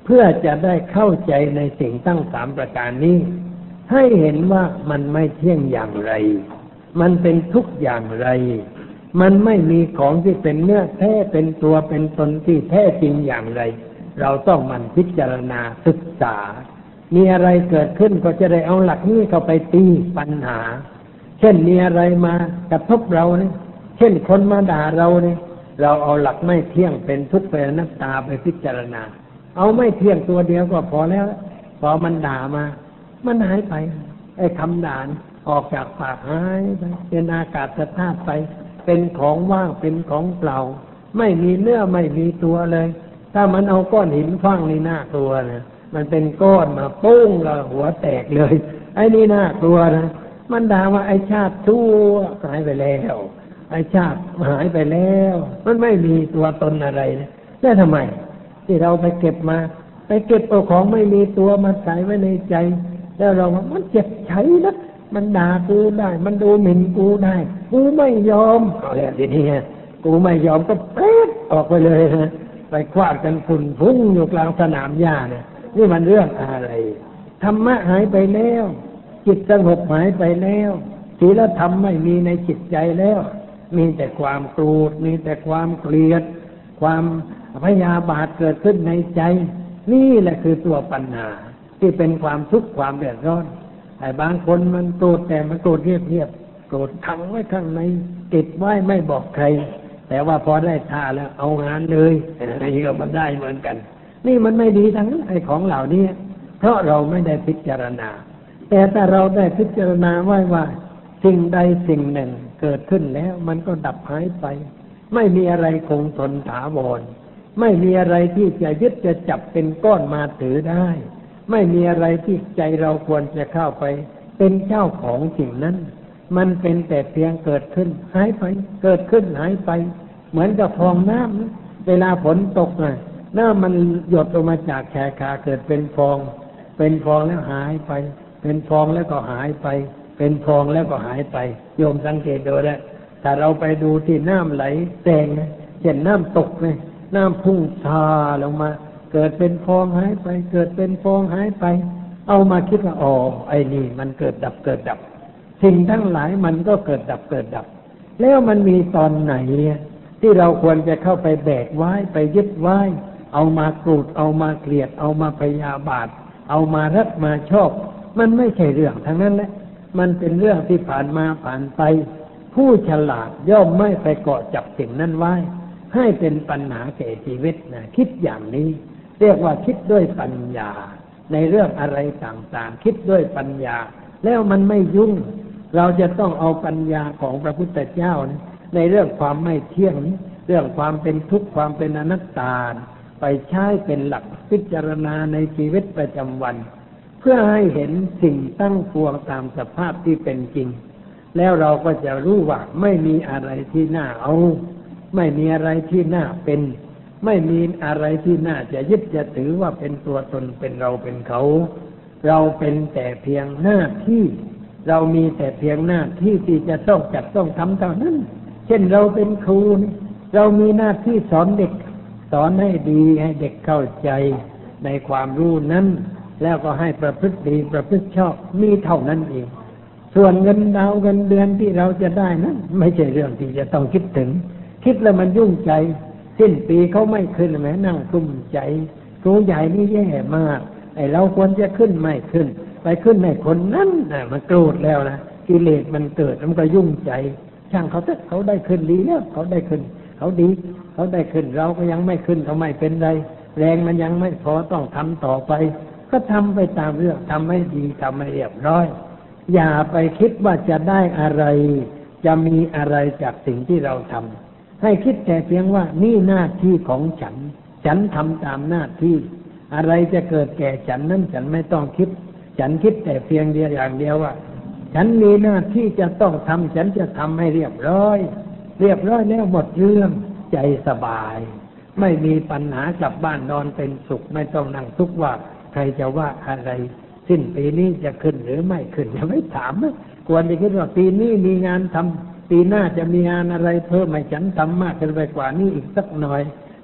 เพื่อจะได้เข้าใจในสิ่งทั้งสามประการนี้ให้เห็นว่ามันไม่เที่ยงอย่างไรมันเป็นทุกข์อย่างไรมันไม่มีของที่เป็นเนื้อแท้เป็นตัวเป็นตนที่แท้จริงอย่างไรเราต้องมันพิจารณาศึกษามีอะไรเกิดขึ้นก็จะได้เอาหลักนี้เข้าไปตีปัญหาเช่นมีอะไรมากระทบเราเนี่ยเช่นคนมาด่าเราเนี่ยเราเอาหลักไม่เที่ยงเป็นทุกข์เป็นอนัตตาไปพิจารณาเอาไม่เที่ยงตัวเดียวก็พอแล้วพอมันด่ามามันหายไปไอ้คำด่าออกจากปากหายไปเป็นอากาศธาตุไปเป็นของว่างเป็นของเปล่าไม่มีเนื้อไม่มีตัวเลยถ้ามันเอาก้อนหินฟั่งนี่น่ากลัวนะมันเป็นก้อนมาปุ้งแล้วหัวแตกเลยไอ้นี่น่ากลัวนะมันด่าว่าไอ้ชาติชั่วหายไปแล้วไอ้ชาติหายไปแล้วมันไม่มีตัวตนอะไรนะแล้วทำไมที่เราไปเก็บมาไปเก็บเอาของไม่มีตัวมาใส่ไว้ในใจแล้วเราว่ามันเจ็บใจนะมันด่ากูได้มันดูหมิ่นกูได้กูไม่ยอมเอาแล้วทีนี้กูไม่ยอมก็เป๊ะออกไปเลยนะไปคว้ากันฝุ่นฟุ้งอยู่กลางสนามหญ้าเนี่ยนี่มันเรื่องอะไรธรรมะหายไปแล้วจิตสงบหายไปแล้วศีลธรรมไม่มีในจิตใจแล้วมีแต่ความโกรธมีแต่ความเกลียดความพยาบาทเกิดขึ้นในใจนี่แหละคือตัวปัญหาที่เป็นความทุกข์ความเดือดร้อนไอ้บางคนมันโกรธแต่มันโกรธเงียบๆโกรธขังไว้ข้างในติดไว้ไม่บอกใครแต่ว่าพอได้ท่าแล้วเอางานเลยอะไรก็มันได้เหมือนกันนี่มันไม่ดีทั้งนั้นไอ้ของเหล่านี้เพราะเราไม่ได้พิจารณาแต่ถ้าเราได้พิจารณาไว้ว่าสิ่งใดสิ่งหนึ่งเกิดขึ้นแล้วมันก็ดับหายไปไม่มีอะไรคงทนถาวรไม่มีอะไรที่จะยึดจะจับเป็นก้อนมาถือได้ไม่มีอะไรที่ใจเราควรจะเข้าไปเป็นเจ้าของสิ่งนั้นมันเป็นแต่เพียงเกิดขึ้นหายไปเกิดขึ้นหายไปเหมือนกับฟองน้ำเวลาฝนตกน้ำมันหยดลงมาจากแขนขาเกิดเป็นฟองแล้วหายไปเป็นฟองแล้วก็หายไปเป็นฟองแล้วก็หายไปโยมสังเกตดูนะถ้าเราไปดูที่น้ำไหลแซงเช่นน้ำตกเนี่ยน้ำพุ่งชาลงมาเกิดเป็นฟองหายไปเกิดเป็นฟองหายไปเอามาคิดว่าอ๋อไอ้นี่มันเกิดดับเกิดดับสิ่งทั้งหลายมันก็เกิดดับเกิดดับแล้วมันมีตอนไหนที่เราควรจะเข้าไปแบกไว้ไปยึดไว้เอามาโกรธเอามาเกลียดเอามาพยาบาทเอามารักมาชอบมันไม่ใช่เรื่องทั้งนั้นแหละมันเป็นเรื่องที่ผ่านมาผ่านไปผู้ฉลาดย่อมไม่ไปเกาะจับสิ่งนั้นไว้ให้เป็นปัญหาแก่ชีวิตนะคิดอย่างนี้เรียกว่าคิดด้วยปัญญาในเรื่องอะไรต่างๆคิดด้วยปัญญาแล้วมันไม่ยุ่งเราจะต้องเอาปัญญาของพระพุทธเจ้านะในเรื่องความไม่เที่ยงเรื่องความเป็นทุกข์ความเป็นอนัตตาไปใช้เป็นหลักพิจารณาในชีวิตประจำวันเพื่อให้เห็นสิ่งตั้งปวงตามสภาพที่เป็นจริงแล้วเราก็จะรู้ว่าไม่มีอะไรที่น่าเอาไม่มีอะไรที่น่าเป็นไม่มีอะไรที่น่าจะยึดจะถือว่าเป็นตัวตนเป็นเราเป็นเขาเราเป็นแต่เพียงหน้าที่เรามีแต่เพียงหน้าที่ที่จะต้องจัดต้องทำเท่านั้นเช่นเราเป็นครูเรามีหน้าที่สอนเด็กสอนให้ดีให้เด็กเข้าใจในความรู้นั้นแล้วก็ให้ประพฤติดีประพฤติชอบมีเท่านั้นเองส่วนเงินดาวเงินเดือนที่เราจะได้นั้นไม่ใช่เรื่องที่จะต้องคิดถึงคิดแล้วมันยุ่งใจสิ้นปีเขาไม่ขึ้นแม้นั่งกุ้มใจครูใหญ่นี่แย่มากไอ้เราควรจะขึ้นไม่ขึ้นไปขึ้นให้คนนั้นมันโกรธแล้วนะกิเลสมันเกิดมันก็ยุ่งใจช่างเขาเถอะเขาได้ขึ้นดีแล้วเขาได้ขึ้นเขาดีเขาได้ขึ้นเราก็ยังไม่ขึ้นเขาไม่เป็นไรแรงมันยังไม่พอต้องทำต่อไปก็ทำไปตามเรื่องทำให้ดีทำให้เรียบร้อยอย่าไปคิดว่าจะได้อะไรจะมีอะไรจากสิ่งที่เราทำให้คิดแต่เพียงว่านี่หน้าที่ของฉันทำตามหน้าที่อะไรจะเกิดแก่ฉันนั้นฉันไม่ต้องคิดฉันคิดแต่เพียงเดียวอย่างเดียวว่าฉันมีหน้าที่จะต้องทำฉันจะทำให้เรียบร้อยแล้วหมดเรื่องใจสบายไม่มีปัญหากลับบ้านนอนเป็นสุขไม่ต้องนั่งทุกข์ว่าใครจะว่าอะไรสิ้นปีนี้จะขึ้นหรือไม่ขึ้นอย่าไม่ถามนะควรจะคิดว่าปีนี้มีงานทำปีหน้าจะมีงานอะไรเพิ่มให้ฉันทำมากขึ้นไปกว่านี้อีกสักหน่อย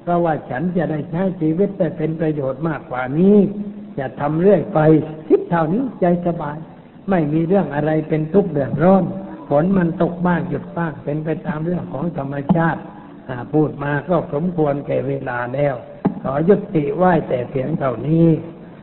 เพราะว่าฉันจะได้ใช้ชีวิตได้เป็นประโยชน์มากกว่านี้จะทำเรื่อยไปคิดเท่านี้ใจสบายไม่มีเรื่องอะไรเป็นทุกข์เดือดร้อนฝนมันตกบ้างหยุดบ้างเป็นไปตามเรื่องของธรรมชาติพูดมาก็สมควรแก่เวลาแล้วขอยุติไว้แต่เพียงเท่านี้